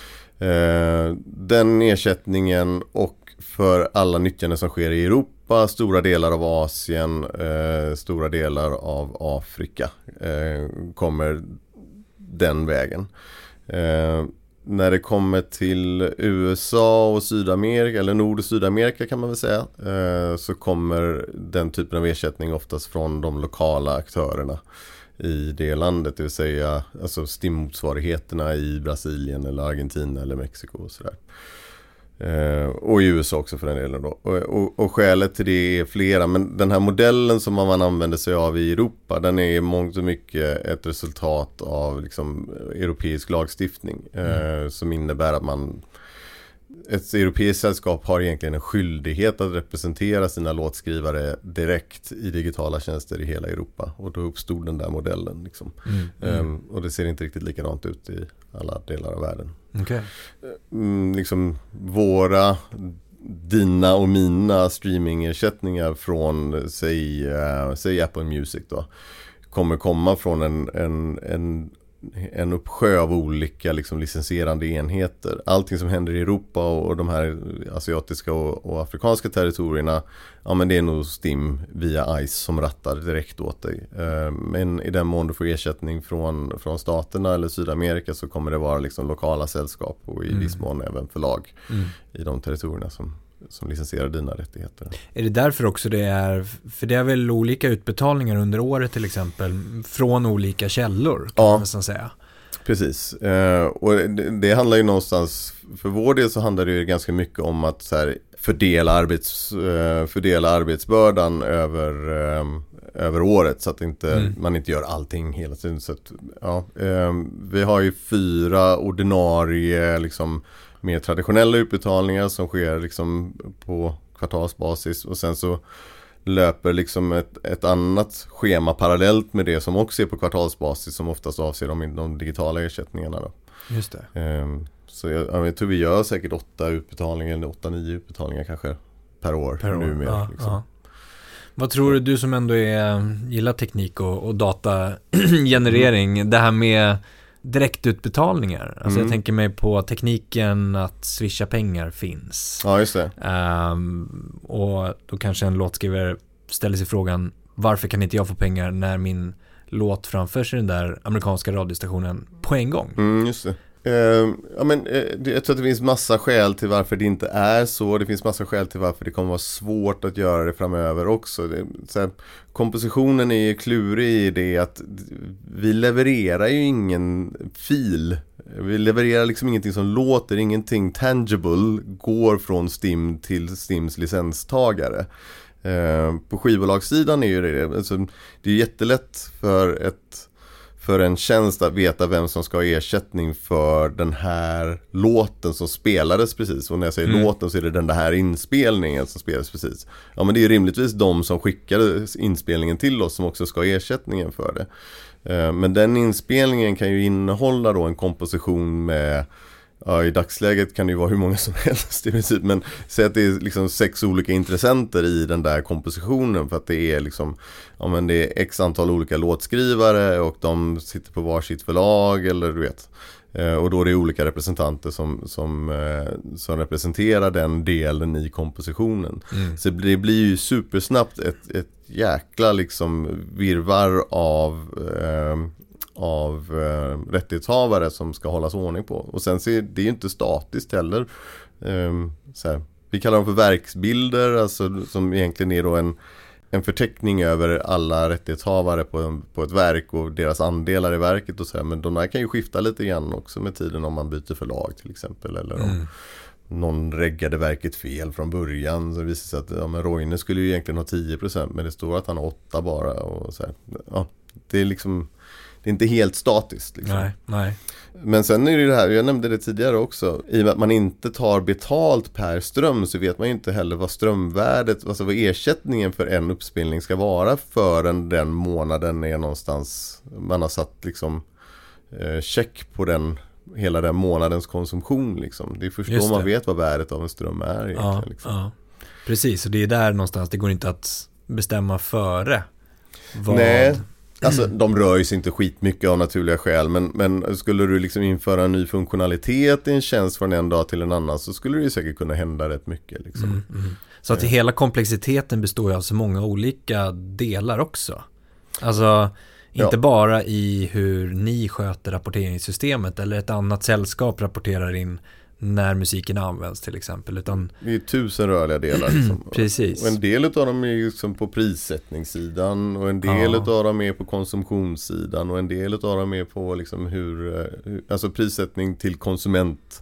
Uh, den ersättningen, och för alla nyttjande som sker i Europa, stora delar av Asien, eh, stora delar av Afrika eh, kommer den vägen. Eh, när det kommer till U S A och Sydamerika, eller Nord- och Sydamerika kan man väl säga, eh, så kommer den typen av ersättning oftast från de lokala aktörerna i det landet, det vill säga alltså S T I M-motsvarigheterna i Brasilien eller Argentina eller Mexiko och sådär. Eh, och i U S A också för den delen då. Och, och, och skälet till det är flera, men den här modellen som man använder sig av i Europa, den är mångt och mycket ett resultat av liksom europeisk lagstiftning mm. eh, som innebär att man ett europeiskt sällskap har egentligen en skyldighet att representera sina låtskrivare direkt i digitala tjänster i hela Europa. Och då uppstod den där modellen. Liksom. Mm, mm. Um, och det ser inte riktigt likadant ut i alla delar av världen. Okay. Um, liksom våra, dina och mina streamingersättningar från säg, uh, säg Apple Music då, kommer komma från en, en, en en uppsjö av olika liksom, licensierande enheter. Allting som händer i Europa och, och de här asiatiska och, och afrikanska territorierna, ja men det är nog Stim via ICE som rattar direkt åt dig. Uh, men i den mån du får ersättning från, från staterna eller Sydamerika så kommer det vara liksom, lokala sällskap och i mm. viss mån även förlag mm. i de territorierna som som licensierar dina rättigheter. Är det därför också det är, för det är väl olika utbetalningar under året till exempel från olika källor kan ja, man nästan säga. Precis. Eh, och det, det handlar ju någonstans, för vår del så handlar det ju ganska mycket om att så här, fördela, arbets, eh, fördela arbetsbördan över, eh, över året så att inte, mm. man inte gör allting hela tiden. Så att, ja, eh, vi har ju fyra ordinarie liksom mer traditionella utbetalningar som sker liksom på kvartalsbasis och sen så löper liksom ett, ett annat schema parallellt med det som också är på kvartalsbasis som oftast avser de, de digitala ersättningarna då. Just det. Um, så jag, jag tror vi gör säkert åtta utbetalningar eller åtta, nio utbetalningar kanske per år. Per år, numera, ja, liksom. ja. Vad tror du, du som ändå är, gillar teknik och, och datagenerering, mm. det här med direktutbetalningar. Alltså mm. jag tänker mig på tekniken att swisha pengar finns. Ja, just det. Um, och då kanske en låtskrivare ställer sig frågan, varför kan inte jag få pengar när min låt framförs i den där amerikanska radiostationen på en gång? Mm, just det. Uh, ja, men, uh, jag tror att det finns massa skäl till varför det inte är så. Det finns massa skäl till varför det kommer vara svårt att göra det framöver också. Det, så här, kompositionen är ju klurig i det att vi levererar ju ingen fil. Vi levererar liksom ingenting som låter, ingenting tangible går från Stim till Stims licenstagare. Uh, på skivbolagssidan är ju det, alltså, det är jättelätt för ett för en tjänst att veta vem som ska ha ersättning för den här låten som spelades precis. Och när jag säger mm. låten så är det den här inspelningen som spelades precis. Ja, men det är rimligtvis de som skickade inspelningen till oss som också ska ha ersättningen för det. Men den inspelningen kan ju innehålla då en komposition med, ja, i dagsläget kan det ju vara hur många som helst i princip, men säg att det är liksom sex olika intressenter i den där kompositionen för att det är liksom, ja men det är x antal olika låtskrivare och de sitter på varsitt förlag eller du vet. Och då är det olika representanter som, som, som representerar den delen i kompositionen. Mm. Så det blir ju supersnabbt ett, ett jäkla liksom virvar av eh, av eh, rättighetshavare som ska hållas ordning på. Och sen så är det ju inte statiskt heller. Um, så här, vi kallar dem för verksbilder, alltså, som egentligen är då en, en förteckning över alla rättighetshavare på, en, på ett verk och deras andelar i verket och så här. Men de där kan ju skifta lite grann också med tiden om man byter förlag till exempel, eller om mm. någon reggade verket fel från början. Så det visar sig att ja, men Roine skulle ju egentligen ha tio procent, men det står att han har åtta bara. Och så här. Ja, det är liksom, det är inte helt statiskt. Liksom. Nej, nej. Men sen är det ju det här, jag nämnde det tidigare också, i och med att man inte tar betalt per ström så vet man ju inte heller vad strömvärdet, alltså vad ersättningen för en uppspelning ska vara förrän den månaden är någonstans, man har satt liksom eh, check på den, hela den månadens konsumtion liksom. Det är först då man vet vad värdet av en ström är egentligen. Ja, liksom. Ja. Precis, och det är där någonstans, det går inte att bestämma före vad... Nej. Alltså de rör ju sig inte skitmycket av naturliga skäl, men, men skulle du liksom införa en ny funktionalitet i en tjänst från en dag till en annan så skulle det ju säkert kunna hända rätt mycket. Liksom. Mm, mm. Så att hela komplexiteten består av så många olika delar också. Alltså inte ja. bara i hur ni sköter rapporteringssystemet eller ett annat sällskap rapporterar in när musiken används till exempel, utan det är tusen rörliga delar liksom. Precis. Och en del av dem är liksom på prissättningssidan och en del ja. av dem är på konsumtionssidan och en del av dem är på liksom hur, hur alltså prissättning till konsument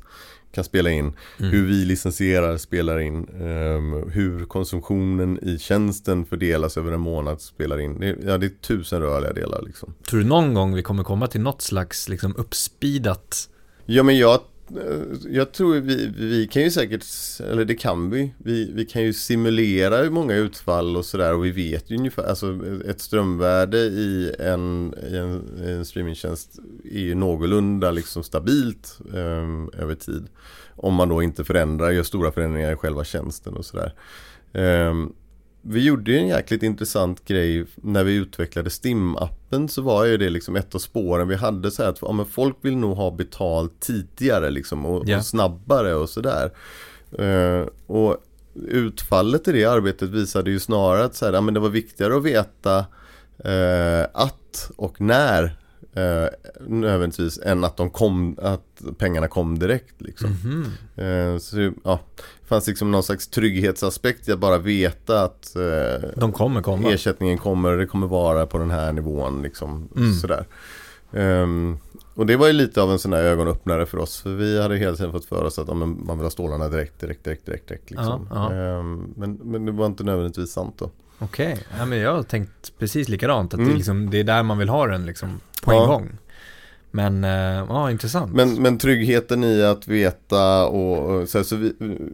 kan spela in, mm. hur vi licensierar spelar in, um, hur konsumtionen i tjänsten fördelas över en månad spelar in. Det, ja, det är tusen rörliga delar liksom. Tror du någon gång vi kommer komma till något slags liksom uppspeedat? Ja, men jag Jag tror vi, vi kan ju säkert, eller det kan vi, vi, vi kan ju simulera många utfall och sådär, och vi vet ju ungefär, alltså ett strömvärde i en, i en, i en streamingtjänst är ju någorlunda liksom stabilt um, över tid, om man då inte förändrar, gör stora förändringar i själva tjänsten och sådär. Um, Vi gjorde ju en jäkligt intressant grej när vi utvecklade Steam-appen, så var ju det liksom ett av spåren vi hade, så här att ja, men folk vill nog ha betalt tidigare liksom, och, yeah. och snabbare och sådär. Uh, och utfallet i det arbetet visade ju snarare att så här, ja, men det var viktigare att veta uh, att och när Uh, nödvändigtvis än att de kom, att pengarna kom direkt liksom. Mm-hmm. uh, så ja, det fanns liksom någon slags trygghetsaspekt i att bara veta att uh, de kommer komma. Ersättningen kommer, det kommer vara på den här nivån liksom, mm. sådär. Um, och det var ju lite av en sån här ögonöppnare för oss, för vi hade hela tiden fått för oss att ja, man vill ha stålarna direkt, direkt, direkt, direkt, direkt liksom. Ja, ja. Um, men, men det var inte nödvändigtvis sant då. Okej, okay. Ja, men jag har tänkt precis likadant, att mm. det, liksom, det är där man vill ha den liksom, på en ja. gång. Men, äh, ja, intressant. Men, men tryggheten i att veta och, och så, här, så vi,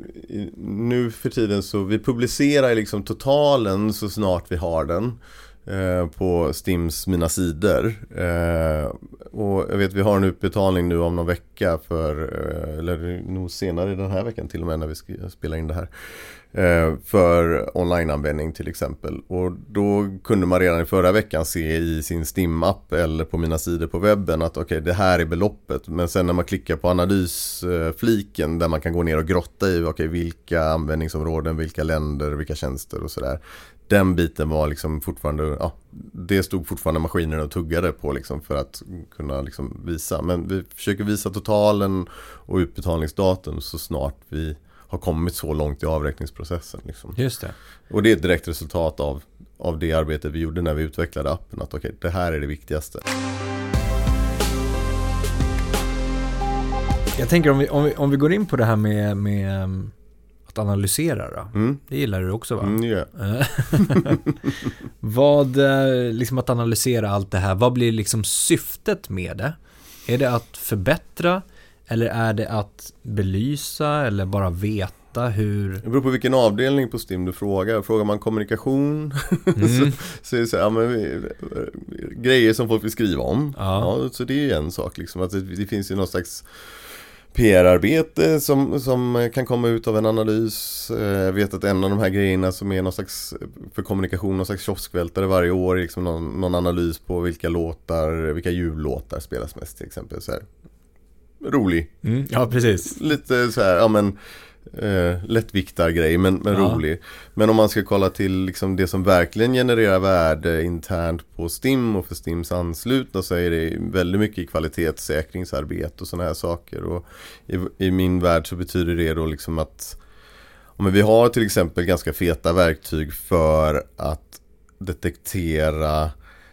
nu för tiden så vi publicerar liksom totalen så snart vi har den eh, på Steams mina sidor. Eh, och jag vet vi har en utbetalning nu om någon vecka för, eh, eller nog senare den här veckan till och med när vi ska spela in det här. För online-användning till exempel. Och då kunde man redan i förra veckan se i sin Steam-app eller på mina sidor på webben att okej, okay, det här är beloppet. Men sen när man klickar på analysfliken där man kan gå ner och grotta i okay, vilka användningsområden, vilka länder, vilka tjänster och sådär. Den biten var liksom fortfarande, ja, det stod fortfarande maskinen och tuggade på liksom för att kunna liksom visa. Men vi försöker visa totalen och utbetalningsdatum så snart vi har kommit så långt i avräkningsprocessen liksom. Just det. Och det är ett direkt resultat av, av det arbete vi gjorde när vi utvecklade appen, att okej, okay, det här är det viktigaste. Jag tänker om vi, om vi, om vi går in på det här med, med att analysera då. Mm. Det gillar du också, va? Mm, yeah. Vad, liksom att analysera allt det här, vad blir liksom syftet med det? Är det att förbättra? Eller är det att belysa eller bara veta hur... Det beror på vilken avdelning på Steam du frågar. Frågar man kommunikation mm. så, så är det så här, ja, men vi, grejer som folk vill skriva om. Ja. Ja, så det är en sak liksom. Att det, det finns ju någon slags P R-arbete som, som kan komma ut av en analys. Jag vet att en av de här grejerna som är någon slags för kommunikation, någon slags kioskvältare varje år, liksom någon, någon analys på vilka låtar, vilka jullåtar spelas mest till exempel. Så här. Rolig. Mm, ja, precis. Lite så här, ja men eh, lättviktar grej, men, men ja. rolig. Men om man ska kolla till liksom det som verkligen genererar värde internt på Steam och för Steams anslutna, så är det väldigt mycket kvalitetssäkringsarbete och sådana här saker. Och i, i min värld så betyder det då liksom att om vi har till exempel ganska feta verktyg för att detektera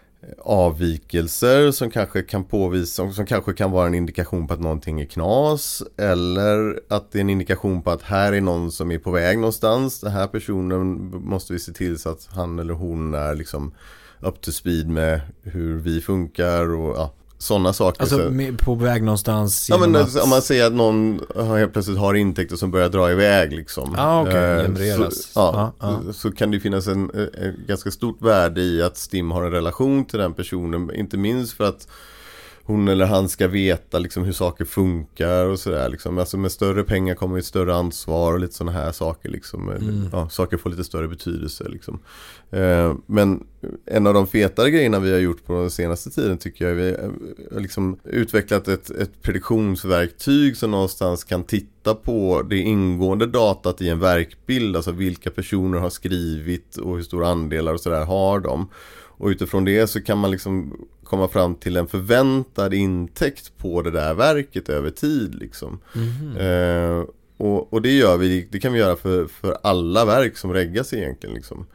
avvikelser som kanske kan påvisa, som kanske kan vara en indikation på att någonting är knas, eller att det är en indikation på att här är någon som är på väg någonstans. Den här personen måste vi se till så att han eller hon är liksom up to speed med hur vi funkar och ja, sådana saker. Alltså med, på väg någonstans. Ja, men att... om man säger att någon helt plötsligt har intäkter som börjar dra iväg liksom. Ah, okay. eh, så, ja, ah, ah. så kan det finnas en, en ganska stort värde i att Steam har en relation till den personen, inte minst för att hon eller han ska veta liksom hur saker funkar och sådär liksom. Alltså med större pengar kommer ett större ansvar och lite sådana här saker liksom. Mm. Ja, saker får lite större betydelse liksom. Eh, men en av de fetare grejerna vi har gjort på den senaste tiden tycker jag, vi har liksom utvecklat ett, ett prediktionsverktyg som någonstans kan titta på det ingående datat i en verkbild, alltså vilka personer har skrivit och hur stora andelar och sådär har de. Och utifrån det så kan man liksom komma fram till en förväntad intäkt på det där verket över tid liksom. Mm-hmm. Eh, och, och det gör vi, det kan vi göra för, för alla verk som reggas egentligen liksom.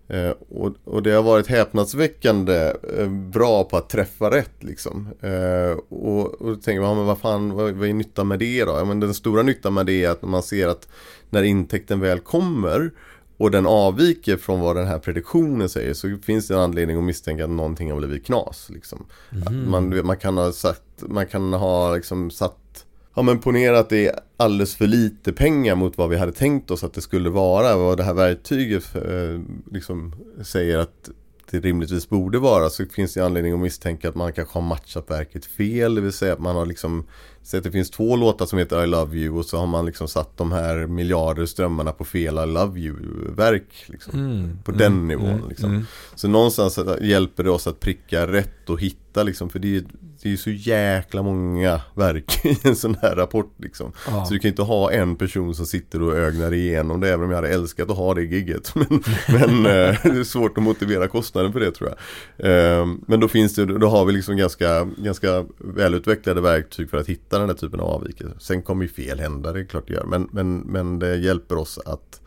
Eh, och, och det har varit häpnadsväckande eh, bra på att träffa rätt liksom. Eh, och, och då tänker man, men vad fan, vad, vad är nyttan med det då? Ja, men den stora nyttan med det är att man ser att när intäkten väl kommer och den avviker från vad den här prediktionen säger, så finns det en anledning att misstänka att någonting har blivit knas liksom. Mm. Man, man kan ha sagt, man kan ha liksom satt, ja men ponera att det är alldeles för lite pengar mot vad vi hade tänkt oss att det skulle vara, vad det här verktyget eh, liksom säger att det rimligtvis borde vara, så finns det anledning att misstänka att man kanske har matchat verket fel, det vill säga att man har liksom sett att det finns två låtar som heter I Love You och så har man liksom satt de här miljarder strömmarna på fel I Love You-verk liksom, mm, på mm, den nivån mm, liksom. Mm. Så någonstans hjälper det oss att pricka rätt och hitta liksom, för det är det är ju så jäkla många verk i en sån här rapport liksom. Ja. Så du kan inte ha en person som sitter och ögnar igenom det, även om jag hade älskat att ha det gigget. Men, men det är svårt att motivera kostnaden för det, tror jag. Men då finns det, då har vi liksom ganska, ganska välutvecklade verktyg för att hitta den här typen av avvikelser. Sen kommer ju fel hända, det är klart det gör. Men, men, men det hjälper oss att,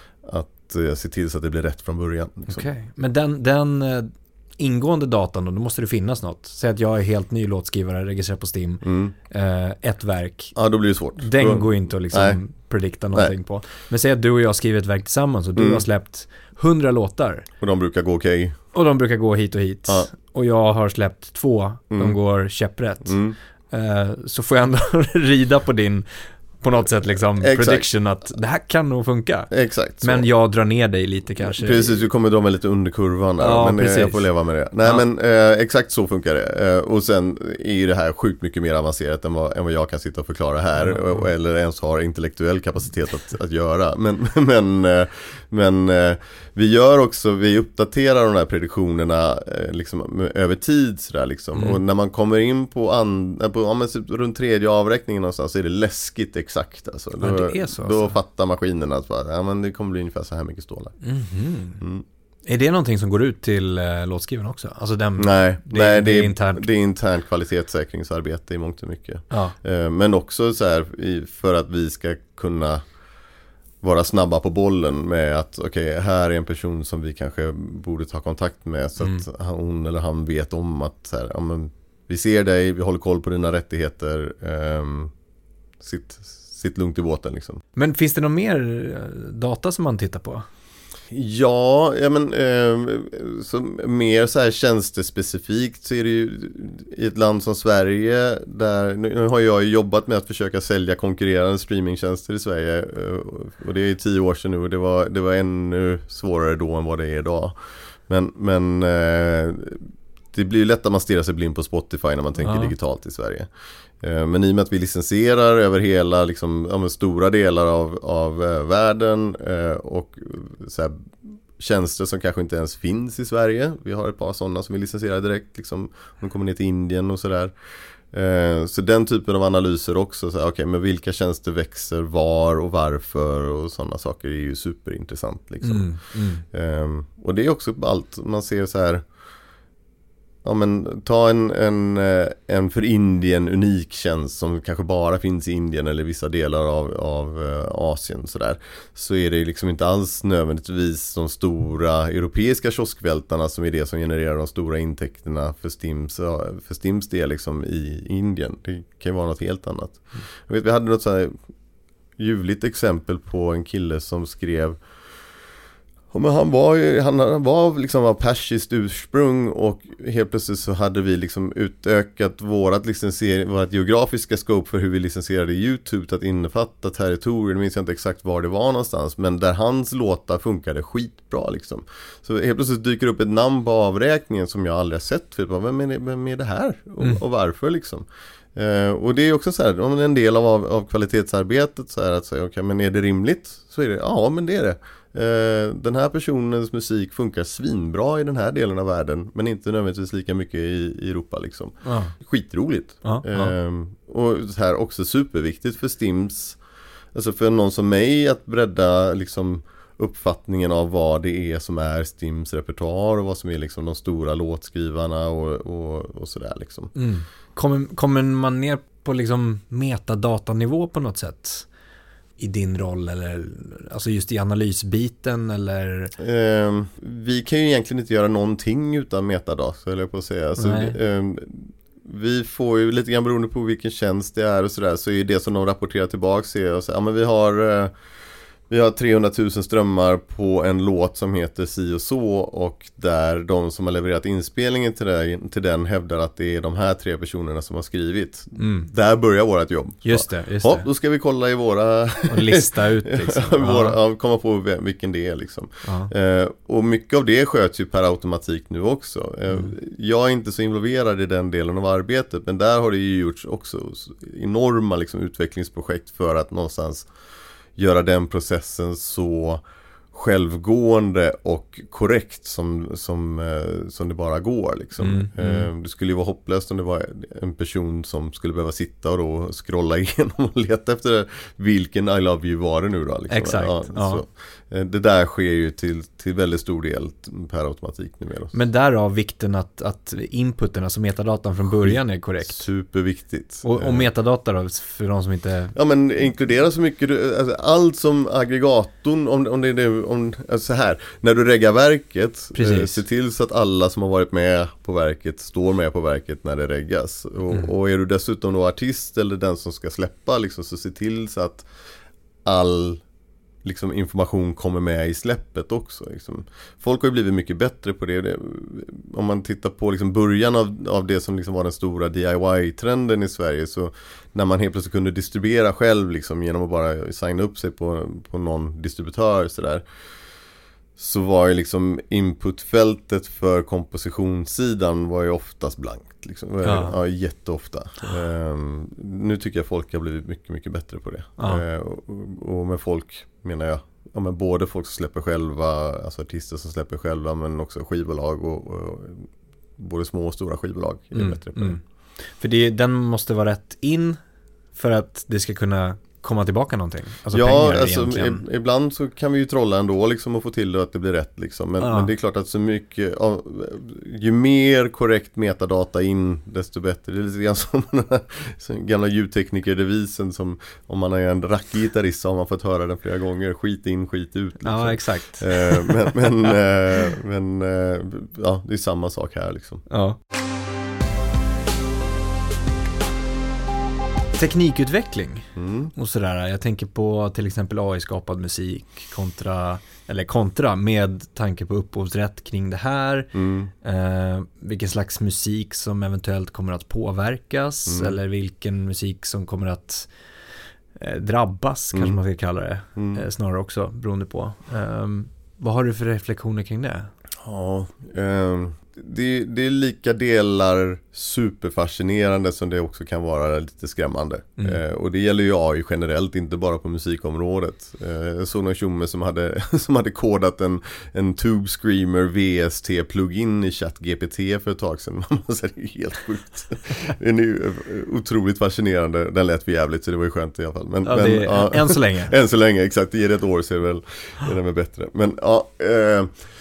att se till så att det blir rätt från början. Liksom. Okej, okay. Men den... den ingående datan då, då måste det finnas något. Säg att jag är helt ny låtskrivare, registrerar på Steam, mm. eh, ett verk. Ja, då blir det svårt. Den då... går inte att liksom Nej. predikta någonting Nej. på. Men säg att du och jag skriver ett verk tillsammans och du mm. har släppt hundra låtar. Och de brukar gå okej. Okay. Och de brukar gå hit och hit. Ja. Och jag har släppt två, mm. de går käpprätt. Mm. Eh, så får jag ändå rida på din på något sätt liksom Exakt. prediction att det här kan nog funka. Exakt. Så. Men jag drar ner dig lite kanske. Precis, du kommer dra mig lite under kurvan där, ja, men precis. Jag får leva med det. Nej, ja. men eh, exakt så funkar det. Eh, och sen är ju det här sjukt mycket mer avancerat än vad, än vad jag kan sitta och förklara här, mm. och, eller ens har intellektuell kapacitet att, att göra. Men, men, eh, men eh, vi gör också, vi uppdaterar de här prediktionerna eh, liksom, över tid sådär, liksom. Mm. Och när man kommer in på, an, på ja, men, runt tredje avräkningen någonstans, så är det läskigt exakt. Alltså. Då, ja, det är så, då alltså. fattar maskinerna att bara, ja, men det kommer bli ungefär så här mycket stålar. Mm-hmm. Mm. Är det någonting som går ut till eh, låtskrivarna också? Alltså den, nej, det, nej det, det, är internt. det är internt kvalitetssäkringsarbete i mångt och mycket. Ja. Eh, men också så här, i, för att vi ska kunna vara snabba på bollen med att okej, okay, här är en person som vi kanske borde ta kontakt med, så mm. att hon eller han vet om att så här, ja, men, vi ser dig, vi håller koll på dina rättigheter, eh, sitt sitt lugnt i båten liksom. Men finns det någon mer data som man tittar på? Ja, ja men eh, så mer så här tjänstespecifikt så är det ju i ett land som Sverige, där nu har jag jobbat med att försöka sälja konkurrerande streamingtjänster i Sverige, och det är tio år sedan nu, och det var, det var ännu svårare då än vad det är idag. Men, men eh, det blir ju lätt att man stirrar sig blind på Spotify när man tänker ja. digitalt i Sverige. Men i och med att vi licensierar över hela liksom, ja, stora delar av, av eh, världen eh, och så här, tjänster som kanske inte ens finns i Sverige. Vi har ett par sådana som vi licensierar direkt, liksom, de kommer ner till Indien och sådär. Eh, så den typen av analyser också, så här, okay, men vilka tjänster växer var och varför och sådana saker är ju superintressant. Liksom. Mm, mm. Eh, och det är också allt, man ser så här. Ja, men ta en, en, en för Indien unik tjänst som kanske bara finns i Indien eller vissa delar av, av Asien så där. Så är det liksom inte alls nödvändigtvis de stora europeiska kioskvältarna som är det som genererar de stora intäkterna för Steams, för Steams del liksom i Indien. Det kan ju vara något helt annat. Mm. Jag vet, vi hade något så här ljuvligt exempel på en kille som skrev. Ja, men han var ju, han var liksom av persiskt ursprung, och helt plötsligt så hade vi liksom utökat vårat licensiering, vårat geografiska scope för hur vi licensierade YouTube till att innefatta territorier. Det minns jag inte exakt var det var någonstans, men där hans låtar funkade skitbra liksom. Så helt plötsligt dyker upp ett namn på avräkningen som jag aldrig har sett för. Vem är det, vem är det här? Och, mm. och varför liksom? Uh, och det är också så här, om en del av, av kvalitetsarbetet så är att säga, okej, okay, men är det rimligt? Så är det, ja, men det är det. Uh, den här personens musik funkar svinbra i den här delen av världen, men inte nödvändigtvis lika mycket i, i Europa liksom. Uh. Skitroligt. Uh, uh. Uh, och så här också superviktigt för Steams, alltså för någon som mig, att bredda liksom uppfattningen av vad det är som är Steams repertoar och vad som är liksom de stora låtskrivarna och, och, och sådär liksom. Mm. Kommer, kommer man ner på liksom metadatanivå på något sätt? i din roll, eller alltså just i analysbiten, eller? Eh, vi kan ju egentligen inte göra någonting utan metadata, eller på att säga. Alltså, eh, vi får ju lite grann beroende på vilken tjänst det är och sådär, så är det som de rapporterar tillbaka är och så, ja, men vi har eh, vi har trehundratusen strömmar på en låt som heter Si och så, och där de som har levererat inspelningen till den, till den hävdar att det är de här tre personerna som har skrivit. Mm. Där börjar vårt jobb. Just det, just ja, det. Då ska vi kolla i våra... och lista ut liksom. våra, ja, komma på vilken det är liksom. Eh, och mycket av det sköts ju per automatik nu också. Eh, mm. Jag är inte så involverad i den delen av arbetet, men där har det ju gjorts också enorma liksom, utvecklingsprojekt för att någonstans göra den processen så självgående och korrekt som, som, eh, som det bara går liksom. Mm, mm. Eh, det skulle ju vara hopplöst om det var en person som skulle behöva sitta och då scrolla igenom och leta efter vilken I love you var det nu då liksom. Exakt, ja, ja. Så, eh, det där sker ju till, till väldigt stor del per automatik numera. Men därav vikten att, att inputen, alltså metadatan från början är korrekt. Superviktigt. Och, och metadata då, för de som inte... Ja, men inkludera så mycket, alltså, allt som aggregatorn, om, om det är det, om, alltså så här, när du reggar verket, eh, se till så att alla som har varit med på verket står med på verket när det reggas. Och, mm. och är du dessutom då artist eller den som ska släppa, liksom, så se till så att all liksom, information kommer med i släppet också. Liksom. Folk har ju blivit mycket bättre på det. det om man tittar på liksom, början av, av det som liksom, var den stora D I Y-trenden i Sverige, så när man helt plötsligt kunde distribuera själv liksom, genom att bara signa upp sig på, på någon distributör så där, så var ju liksom inputfältet för kompositionssidan var ju oftast blankt liksom. Ja. Ja, jätteofta. Um, nu tycker jag folk har blivit mycket, mycket bättre på det. Ja. Uh, och, och med folk menar jag, ja, men både folk som släpper själva, alltså artister som släpper själva, men också skivbolag och, och både små och stora skivbolag är mm, bättre på mm. det. För det, den måste vara rätt in för att det ska kunna komma tillbaka någonting. Alltså ja, alltså i, ibland så kan vi ju trolla ändå liksom och få till det att det blir rätt liksom. Men, ja. men det är klart att så mycket, ja, ju mer korrekt metadata in, desto bättre. Det är lite grann som den här som gamla ljudtekniker-devisen som om man är en rackig gitarrist så har man fått höra den flera gånger. Skit in, skit ut. Liksom. Ja, exakt. Eh, men men, eh, men eh, ja, det är samma sak här liksom. Ja. Teknikutveckling mm. och sådär. Jag tänker på till exempel A I-skapad musik kontra, eller kontra med tanke på upphovsrätt kring det här. Mm. Eh, vilken slags musik som eventuellt kommer att påverkas mm. eller vilken musik som kommer att eh, drabbas, mm. kanske man ska kalla det. Mm. Eh, snarare också, beroende på. Eh, vad har du för reflektioner kring det? Ja, eh... Det, det är lika delar superfascinerande som det också kan vara lite skrämmande. Mm. Eh, och det gäller ju A I generellt, inte bara på musikområdet. Eh, jag såg någon tjomme som hade, som hade kodat en, en Tube Screamer V S T-plugin i ChatGPT för ett tag sedan. Det är helt sjukt. Den är ju otroligt fascinerande. Den lät för jävligt så det var ju skönt i alla fall. Men, ja, men, det är, ja, än så länge. Än så länge, exakt. Det ger ett år så är det väl, är det väl bättre. Men ja... Eh,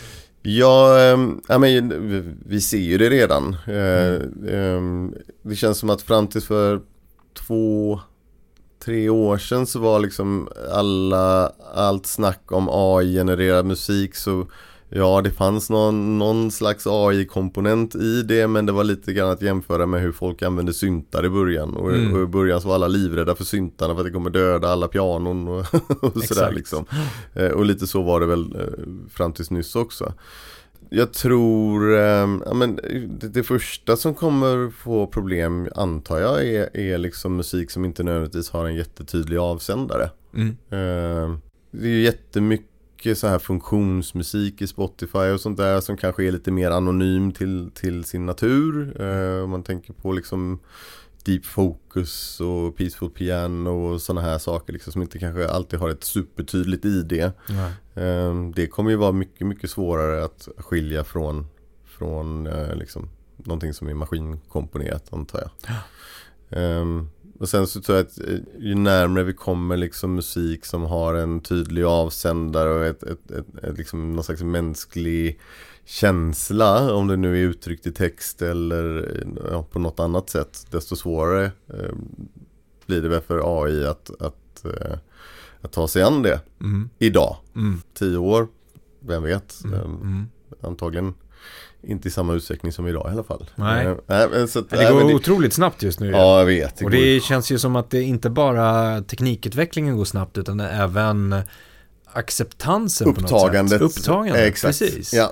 Ja, äh, men, vi ser ju det redan. Mm. Äh, det känns som att fram till för två, tre år sedan så var liksom alla, allt snack om A I-genererad musik, så ja, det fanns någon, någon slags A I-komponent i det, men det var lite grann att jämföra med hur folk använde syntar i början. Och, mm. och i början så var alla livrädda för syntarna för att det kommer döda alla pianon och, och sådär liksom. Och lite så var det väl fram tills nyss också. Jag tror, eh, ja, men det, det första som kommer få problem, antar jag, är, är liksom musik som inte nödvändigtvis har en jättetydlig avsändare. Mm. Eh, det är ju jättemycket så här funktionsmusik i Spotify och sånt där som kanske är lite mer anonym till, till sin natur. Eh, om man tänker på liksom Deep Focus och Peaceful Piano och såna här saker liksom, som inte kanske alltid har ett supertydligt I D. Um, det kommer ju vara mycket, mycket svårare att skilja från, från uh, liksom, någonting som är maskinkomponerat, antar jag. Um, och sen så tror jag att ju närmare vi kommer liksom musik som har en tydlig avsändare och ett, ett, ett, ett, liksom någon slags mänsklig känsla, om det nu är uttryckt i text eller ja, på något annat sätt, desto svårare eh, blir det väl för A I att, att, eh, att ta sig an det Mm. idag. Mm. Tio år, vem vet. Mm. Um, Mm. Antagligen inte i samma utsträckning som idag i alla fall. Nej. Uh, äh, så att, Det äh, går men det, otroligt snabbt just nu. ja, jag vet. Det och går, det känns ju som att det inte bara teknikutvecklingen går snabbt utan även acceptansen upptagandet. på något sätt. Upptagandet, exakt. precis. Ja.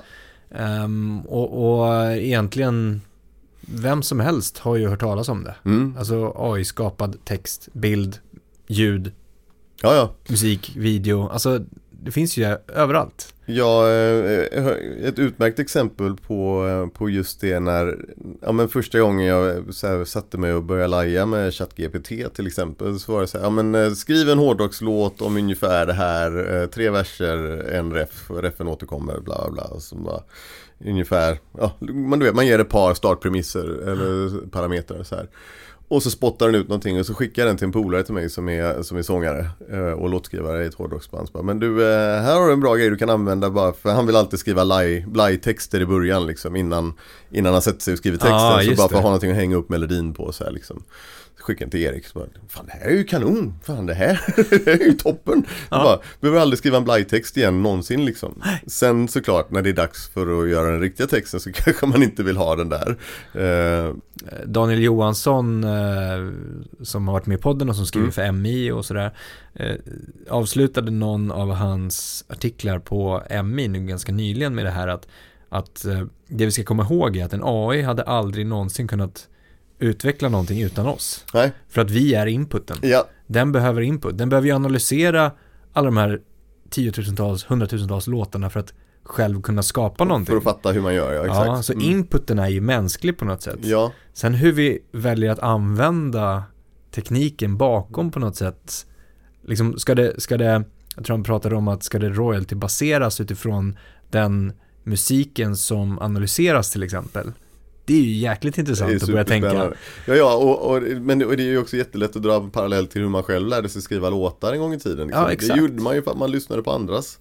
Um, och, och egentligen vem som helst har ju hört talas om det. Mm. Alltså A I-skapad text, bild, ljud, Ja, ja. musik, video. Alltså det finns ju överallt. Ja, eh, ett utmärkt exempel på, eh, på just det när, ja men första gången jag så här, satte mig och började laja med ChatGPT till exempel, så var det så här, ja men eh, skriv en hårdrockslåt om ungefär det här, eh, tre verser, en ref, refen återkommer, bla bla, och så bara, ungefär, ja, man, du vet, man ger ett par startpremisser eller parametrar så här. Och så spottar den ut någonting och så skickar den till en polare till mig som är, som är sångare eh, och låtskrivare i ett hårdrocksband. Men du, eh, här har du en bra grej du kan använda bara för han vill alltid skriva blaj-texter i början liksom, innan, innan han sätter sig och skriver texten. Ah, så bara för det. att ha någonting att hänga upp melodin på så här liksom. Så skickar den till Erik så bara, fan det här är ju kanon, fan det här, det är ju toppen. Ja. Bara, behöver aldrig skriva en blaj-text igen någonsin liksom. Sen såklart när det är dags för att göra den riktiga texten så kanske man inte vill ha den där. Eh, Daniel Johansson eh, som har varit med i podden och som skriver Mm. för M I och sådär eh, avslutade någon av hans artiklar på M I nu ganska nyligen med det här att, att eh, det vi ska komma ihåg är att en A I hade aldrig någonsin kunnat utveckla någonting utan oss. nej. För att vi är inputen. Ja. Den behöver input. Den behöver ju analysera alla de här tiotusentals, hundratusentals låtarna för att själv kunna skapa någonting. För att fatta hur man gör, ja exakt. Ja, så Mm. inputen är ju mänsklig på något sätt. Ja. Sen hur vi väljer att använda tekniken bakom på något sätt. Liksom ska det, ska det, jag tror han pratade om att ska det royalty baseras utifrån den musiken som analyseras till exempel. Det är ju jäkligt intressant att börja tänka. Ja, ja och, och, men det, och det är ju också jättelätt att dra en parallell till hur man själv lärde sig skriva låtar en gång i tiden. Liksom. Ja, exakt. Det gjorde man ju för att man lyssnade på andras.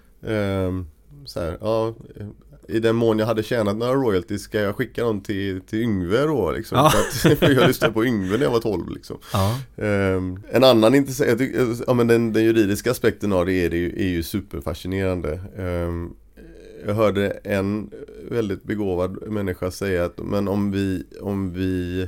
ehm, så här, ja, i den mån jag hade tjänat några royalties ska jag skicka dem till, till Yngve då liksom, Ja. för att för jag lyssnade på Yngve när jag var tolv liksom. Ja. ehm, En annan intressant, jag tycker, ja, men den, den juridiska aspekten av det är, det ju, är ju superfascinerande. ehm, Jag hörde en väldigt begåvad människa säga att men om vi, om vi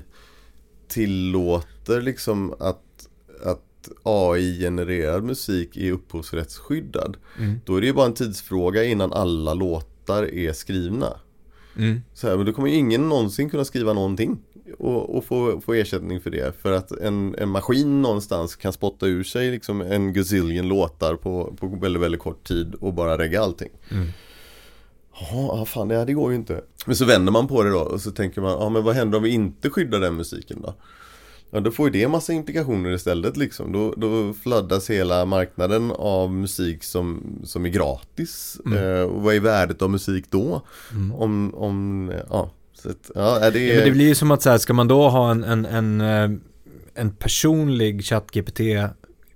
tillåter liksom att, att A I-genererad musik är upphovsrättsskyddad, Mm. då är det ju bara en tidsfråga innan alla låtar är skrivna. Mm. Så här, men då kommer ju ingen någonsin kunna skriva någonting och, och få, få ersättning för det. För att en, en maskin någonstans kan spotta ur sig liksom en gazillion låtar på, på väldigt, väldigt kort tid och bara regga allting. Mm. Ja, fan, det, det går ju inte. Men så vänder man på det då och så tänker man, ja men vad händer om vi inte skyddar den musiken då? Ja, då får ju det en massa implikationer istället liksom. Då, då flödas hela marknaden av musik som, som är gratis. Mm. Eh, och vad är värdet av musik då? Mm. Om, om, ja, så att, ja, är det... Ja, men det blir ju som att så här, ska man då ha en, en, en, eh, en personlig ChatGPT eh,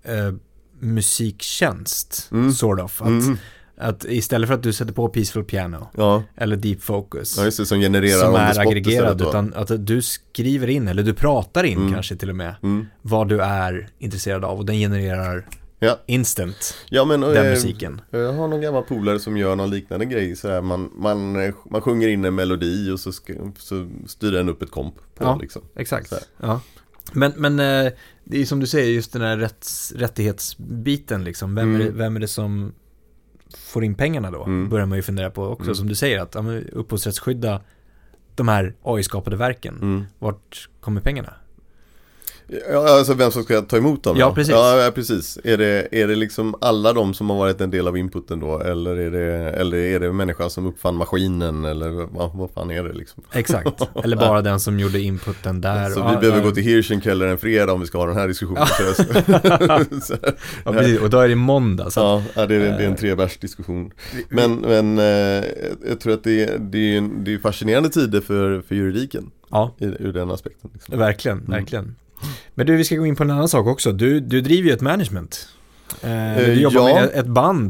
musiktjänst, Mm. sort of. Att, Mm. att istället för att du sätter på Peaceful Piano Ja. eller Deep Focus Ja, just det, som genererar som on the är spot aggregerad, istället då. utan att du skriver in eller du pratar in Mm. kanske till och med Mm. vad du är intresserad av och den genererar Ja. instant Ja, men, den eh, musiken. Jag har någon gammal polare som gör någon liknande grej så här, man, man, man sjunger in en melodi och så, ska, så styr den upp ett komp på Ja. liksom. Exakt. Så här. Ja. Men, men eh, det är som du säger, just den här rätts, rättighetsbiten liksom. Vem, Mm. är det, vem är det som får in pengarna då? Mm. Börjar man ju fundera på också. Mm. Som du säger, att ja, men upphovsrättsskydda de här A I-skapade verken. Mm. Vart kommer pengarna? Ja, alltså vem som ska ta emot dem? Ja, då? precis. Ja, ja, precis. Är det, är det liksom alla de som har varit en del av inputen då? Eller är det, eller är det människan som uppfann maskinen? Eller vad, vad fan är det liksom? Exakt. Eller bara den som gjorde inputen där. Så ja, vi behöver ja. gå till Hirschenkeller en fredag om vi ska ha den här diskussionen. Så, Ja, precis. Och då är det måndag. Så. ja, ja, det är, det är en trebärsdiskussion. Men, men eh, jag tror att det är, det är, det är fascinerande tider för, för juridiken. Ja, I, ur den aspekten. Liksom. verkligen, Mm. verkligen. Men du, vi ska gå in på en annan sak också. Du, du driver ju ett management. Eh, du Eh, jobbar ja. med ett band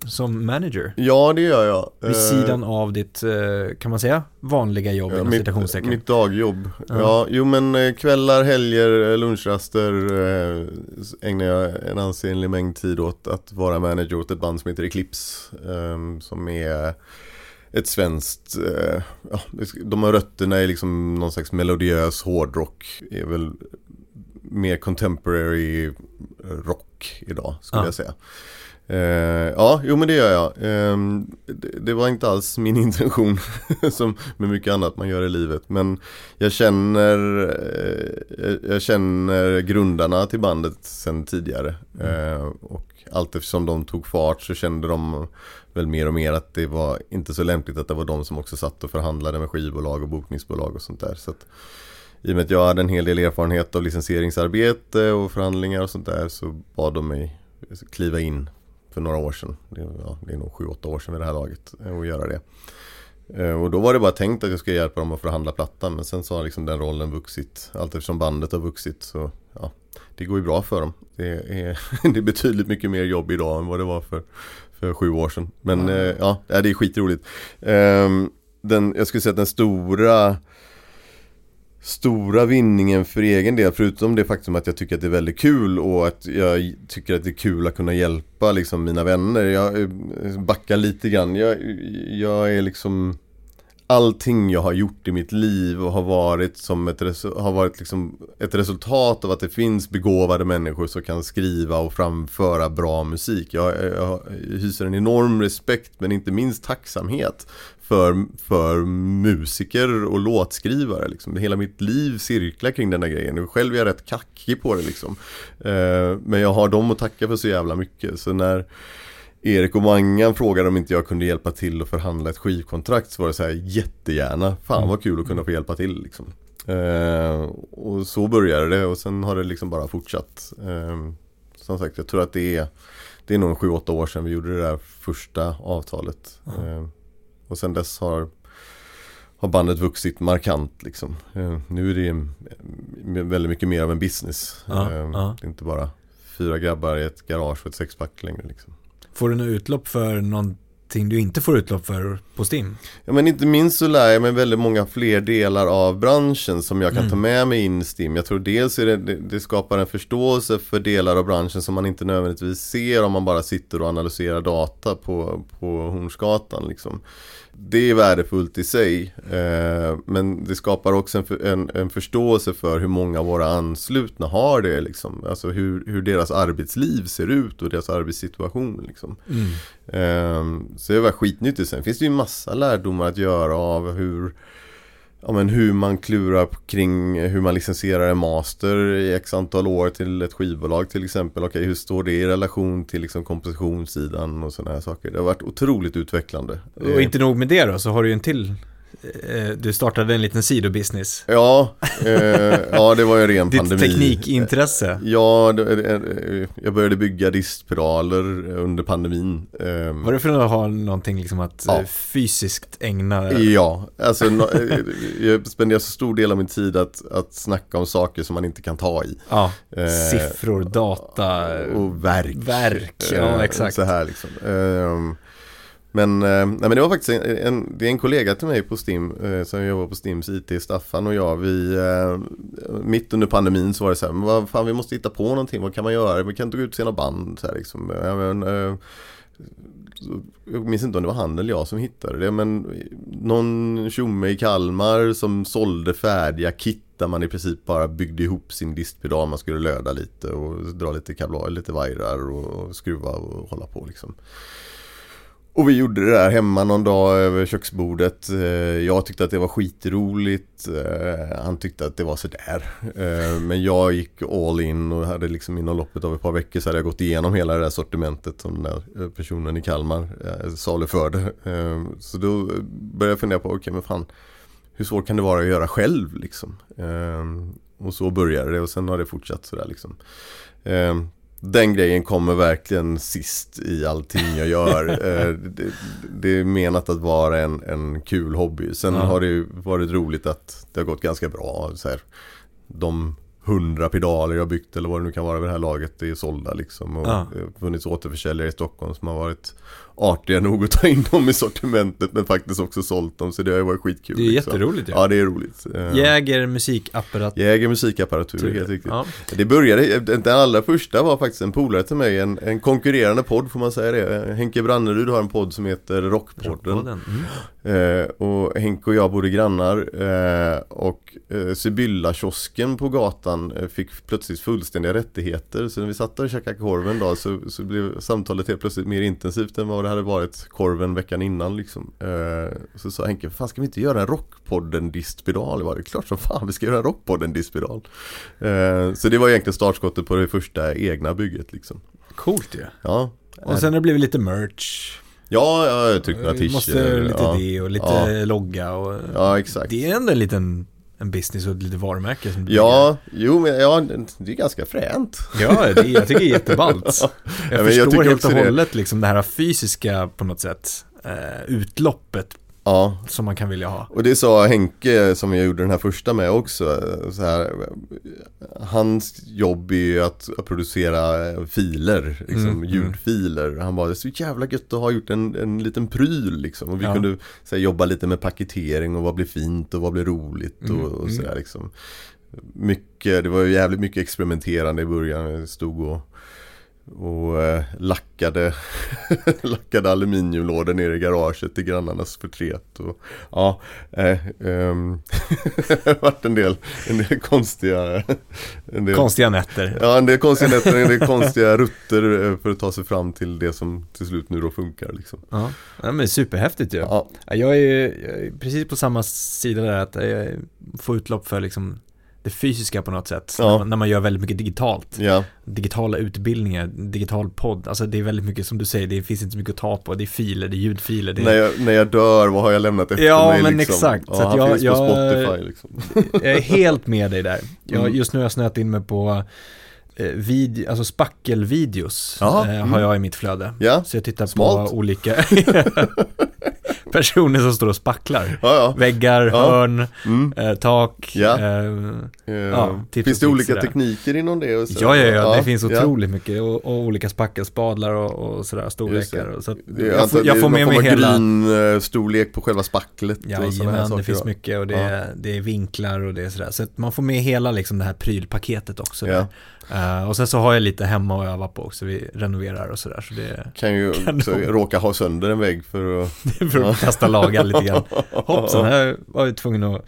som manager? Ja, det gör jag. Vid sidan av ditt, kan man säga, vanliga jobb ja, inom mitt, citationstecken? Mitt dagjobb. Ja. Ja, jo men kvällar, helger, lunchraster eh, ägnar jag en ansenlig mängd tid åt att vara manager åt ett band som heter Eclipse. Eh, som är ett svenskt, eh, ja, de har rötterna i liksom någon slags melodiös hårdrock. Är väl mer contemporary rock idag, skulle ja. jag säga. Uh, ja, jo men det gör jag. Uh, det, det var inte alls min intention som med mycket annat man gör i livet. Men jag känner uh, jag känner grundarna till bandet sedan tidigare. Mm. Uh, och allt eftersom de tog fart så kände de väl mer och mer att det var inte så lämpligt att det var de som också satt och förhandlade med skivbolag och bokningsbolag och sånt där. Så att, i och med att jag hade en hel del erfarenhet av licensieringsarbete och förhandlingar och sånt där, så bad de mig kliva in för några år sedan. Det är, ja, det är nog sju, åtta år sedan vid det här laget att göra det. Och då var det bara tänkt att jag skulle hjälpa dem att förhandla plattan, men sen så har liksom den rollen vuxit. Allt eftersom bandet har vuxit, så ja, det går ju bra för dem. Det är, det är betydligt mycket mer jobb idag än vad det var för, för sju år sedan. Men mm. ja, det är skitroligt. Den, jag skulle säga att den stora Stora vinningen för egen del, förutom det faktum att jag tycker att det är väldigt kul och att jag tycker att det är kul att kunna hjälpa liksom mina vänner. Jag backar lite grann. Jag, jag är liksom allting jag har gjort i mitt liv och har varit som ett resu- har varit liksom ett resultat av att det finns begåvade människor som kan skriva och framföra bra musik. Jag, jag, jag hyser en enorm respekt, men inte minst tacksamhet för, för musiker och låtskrivare liksom. Hela mitt liv cirklar kring den där grejen. Själv är jag rätt kackig på det liksom. Eh, men jag har dem att tacka för så jävla mycket. Så när Erik och Mangan frågade om inte jag kunde hjälpa till att förhandla ett skivkontrakt, så var det så här, jättegärna. Fan vad kul att kunna få hjälpa till liksom. Eh, och så började det, och sen har det liksom bara fortsatt. Eh, som sagt, jag tror att det är det är nog sju, åtta år sedan vi gjorde det där första avtalet. Eh, och sen dess har har bandet vuxit markant liksom. Eh, nu är det en, väldigt mycket mer av en business. Ja, eh, ja. Det är inte bara fyra grabbar i ett garage och ett sexpack längre liksom. Får du något utlopp för någonting du inte får utlopp för på Steam? Ja, men inte minst så lär jag mig väldigt många fler delar av branschen som jag kan mm. ta med mig in i Steam. Jag tror dels är det, det, det skapar en förståelse för delar av branschen som man inte nödvändigtvis ser om man bara sitter och analyserar data på, på Hornsgatan liksom. Det är värdefullt i sig, eh, men det skapar också en, en, en förståelse för hur många av våra anslutna har det liksom. Alltså hur, hur deras arbetsliv ser ut och deras arbetssituation liksom. Mm. eh, Så det var skitnyttigt. Sen finns det ju en massa lärdomar att göra av hur Ja, men hur man klurar kring hur man licensierar en master i x antal år till ett skivbolag till exempel. Okej, hur står det i relation till liksom kompositionssidan och sådana här saker. Det har varit otroligt utvecklande. Och inte nog med det då, så har du ju en till. Du startade en liten sidobusiness. Ja, eh, ja det var ju ren pandemi. Ditt teknikintresse. Ja, det, jag började bygga distpedaler under pandemin. Var det för att ha någonting liksom att ja. fysiskt ägna? Ja, alltså jag spenderar så stor del av min tid att, att snacka om saker som man inte kan ta i. Ja, siffror, data och verk. Verk, ja exakt. Så här liksom. Men, nej, men det var faktiskt en, en, det är en kollega till mig på Steam eh, som jobbar på Steams I T, Staffan och jag, vi eh, mitt under pandemin så var det så här, men vad fan, vi måste hitta på någonting, vad kan man göra? Vi kan inte gå ut och se några band så här, liksom. Ja, men, eh, jag minns inte om det var han eller jag som hittade det, men någon tjomme i Kalmar som sålde färdiga kit där man i princip bara byggde ihop sin distpedal, man skulle löda lite och dra lite kablar, lite vajrar och, och skruva och hålla på liksom. Och vi gjorde det där hemma någon dag över köksbordet. Jag tyckte att det var skitroligt. Han tyckte att det var sådär. Men jag gick all in och hade liksom inom loppet av ett par veckor så hade jag gått igenom hela det där sortimentet som den där personen i Kalmar saluförde. Så då började jag fundera på, okej, okay, men fan, hur svårt kan det vara att göra själv liksom? Och så började det, och sen har det fortsatt sådär liksom. Den grejen kommer verkligen sist i allting jag gör. det, det är menat att vara en, en kul hobby. Sen ja. har det ju varit roligt att det har gått ganska bra. Så här, de hundra pedaler jag byggt eller vad det nu kan vara vid det här laget, det är sålda liksom. Och ja. Det har funnits återförsäljare i Stockholm som har varit artiga nog att ta in dem i sortimentet, men faktiskt också sålt dem, så det har ju varit skitkul. Det är liksom. jätteroligt. Ja. ja, det är roligt. Jäger musikapparatur. Jäger musikapparatur, helt riktigt. Ja. Det började, den allra första var faktiskt en polare till mig, en, en konkurrerande podd får man säga det. Henke Brannerud har en podd som heter Rockpodden. Rockpodden. Mm. Eh, och Henke och jag bodde grannar eh, och eh, Sibylla-kiosken på gatan eh, fick plötsligt fullständiga rättigheter, så när vi satt där och käkade korven då, så, så blev samtalet helt plötsligt mer intensivt än vad det hade varit korven veckan innan liksom. Eh, så sa Henke, fan ska vi inte göra en Rockpodden-diskpedal? Det var det klart som fan, vi ska göra en Rockpodden-diskpedal. Eh, så det var egentligen startskottet på det första egna bygget liksom. Coolt ju. Ja. Och sen har det blivit lite merch. Ja, jag tycker att vi måste lite ja. det och lite ja. logga och ja, exakt. Det är ändå en liten en business och ett litet varumärke som ja, jo, men ja, det är ganska fränt. Ja, det, jag tycker det är jätteballt. Jag ja, förstår jag helt och hållet det. liksom det här fysiska på något sätt eh, utloppet. Ja. Som man kan vilja ha. Och det sa Henke som jag gjorde den här första med också. Så här, hans jobb är ju att, att producera filer, liksom, mm, ljudfiler. Mm. Han var det så jävla gött att ha gjort en, en liten pryl liksom. Och vi ja. kunde så här, jobba lite med paketering och vad blir fint och vad blir roligt och, mm, och sådär liksom. Mycket, det var ju jävligt mycket experimenterande i början. Jag stod och och äh, lackade lackade aluminiumlådor nere i garaget i grannarnas förtret och ja äh, ähm, det har varit en del en del konstiga en del, konstiga nätter. Ja, en del konstiga nätter, en del konstiga rutter för att ta sig fram till det som till slut nu då funkar liksom. Ja, ja men superhäftigt ju. Ja. Jag är ju jag är precis på samma sida där, att jag får utlopp för liksom det fysiska på något sätt, ja. när, man, när man gör väldigt mycket digitalt. Ja. Digitala utbildningar, digital podd. Alltså det är väldigt mycket som du säger, det finns inte så mycket att ta på. Det är filer, det är ljudfiler. Det är... När, jag, när jag dör, vad har jag lämnat efter ja, mig? Ja, men liksom? exakt. Ja, så att han jag, finns jag, på Spotify liksom. Jag är helt med dig där. Jag, mm. Just nu har jag snöat in mig på eh, vid, alltså spackelvideos eh, mm. har jag i mitt flöde. Ja. Så jag tittar Smalt. på olika personer som står och spacklar. Ja, ja. Väggar, ja. hörn, mm. eh, tak. Ja. Eh, ja, finns det olika tekniker inom det? Och så? Ja, ja, ja, det finns ja. otroligt mycket. Och, och olika spackelspadlar och, och sådär, storlekar. Och så att det, jag, alltså, får, jag får med mig hela... gryn storlek på själva spacklet. Ja, och men saker. Det finns mycket och det, ja. är, det är vinklar och det är sådär. Så att man får med hela liksom, det här prylpaketet också. Ja. Uh, och sen så har jag lite hemma och öva på också. Vi renoverar och sådär. Så det kan ju kan också nog... råka ha sönder en vägg för att... för att kasta laga lite grann. Hoppsan, här var vi tvungna att...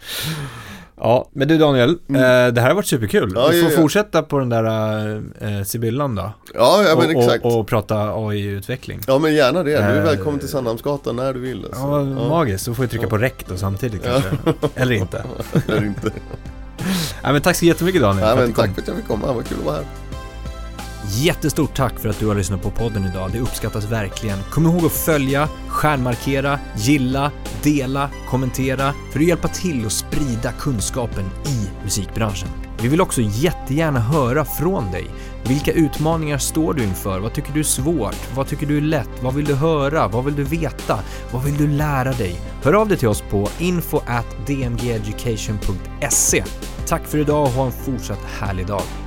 Ja, men du Daniel, mm. eh, det här har varit superkul. Ja, vi får ja, ja. fortsätta på den där eh, Sibyllan då. Ja, ja men och, exakt. Och, och prata A I-utveckling. Ja, men gärna det. Du är eh, välkommen till Sandhamnsgatan när du vill. Alltså. Ja, magiskt. Så får vi trycka ja. på räck då samtidigt kanske. Ja. Eller inte. Eller inte. Ja, men tack så jättemycket Daniel. Ja, men tack för att jag fick komma. Vad kul att vara här. Jättestort tack för att du har lyssnat på podden idag. Det uppskattas verkligen. Kom ihåg att följa, stjärnmarkera, gilla, dela, kommentera för att hjälpa till att sprida kunskapen i musikbranschen. Vi vill också jättegärna höra från dig. Vilka utmaningar står du inför? Vad tycker du är svårt? Vad tycker du är lätt? Vad vill du höra? Vad vill du veta? Vad vill du lära dig? Hör av dig till oss på info at d m g education punkt se. Tack för idag och ha en fortsatt härlig dag.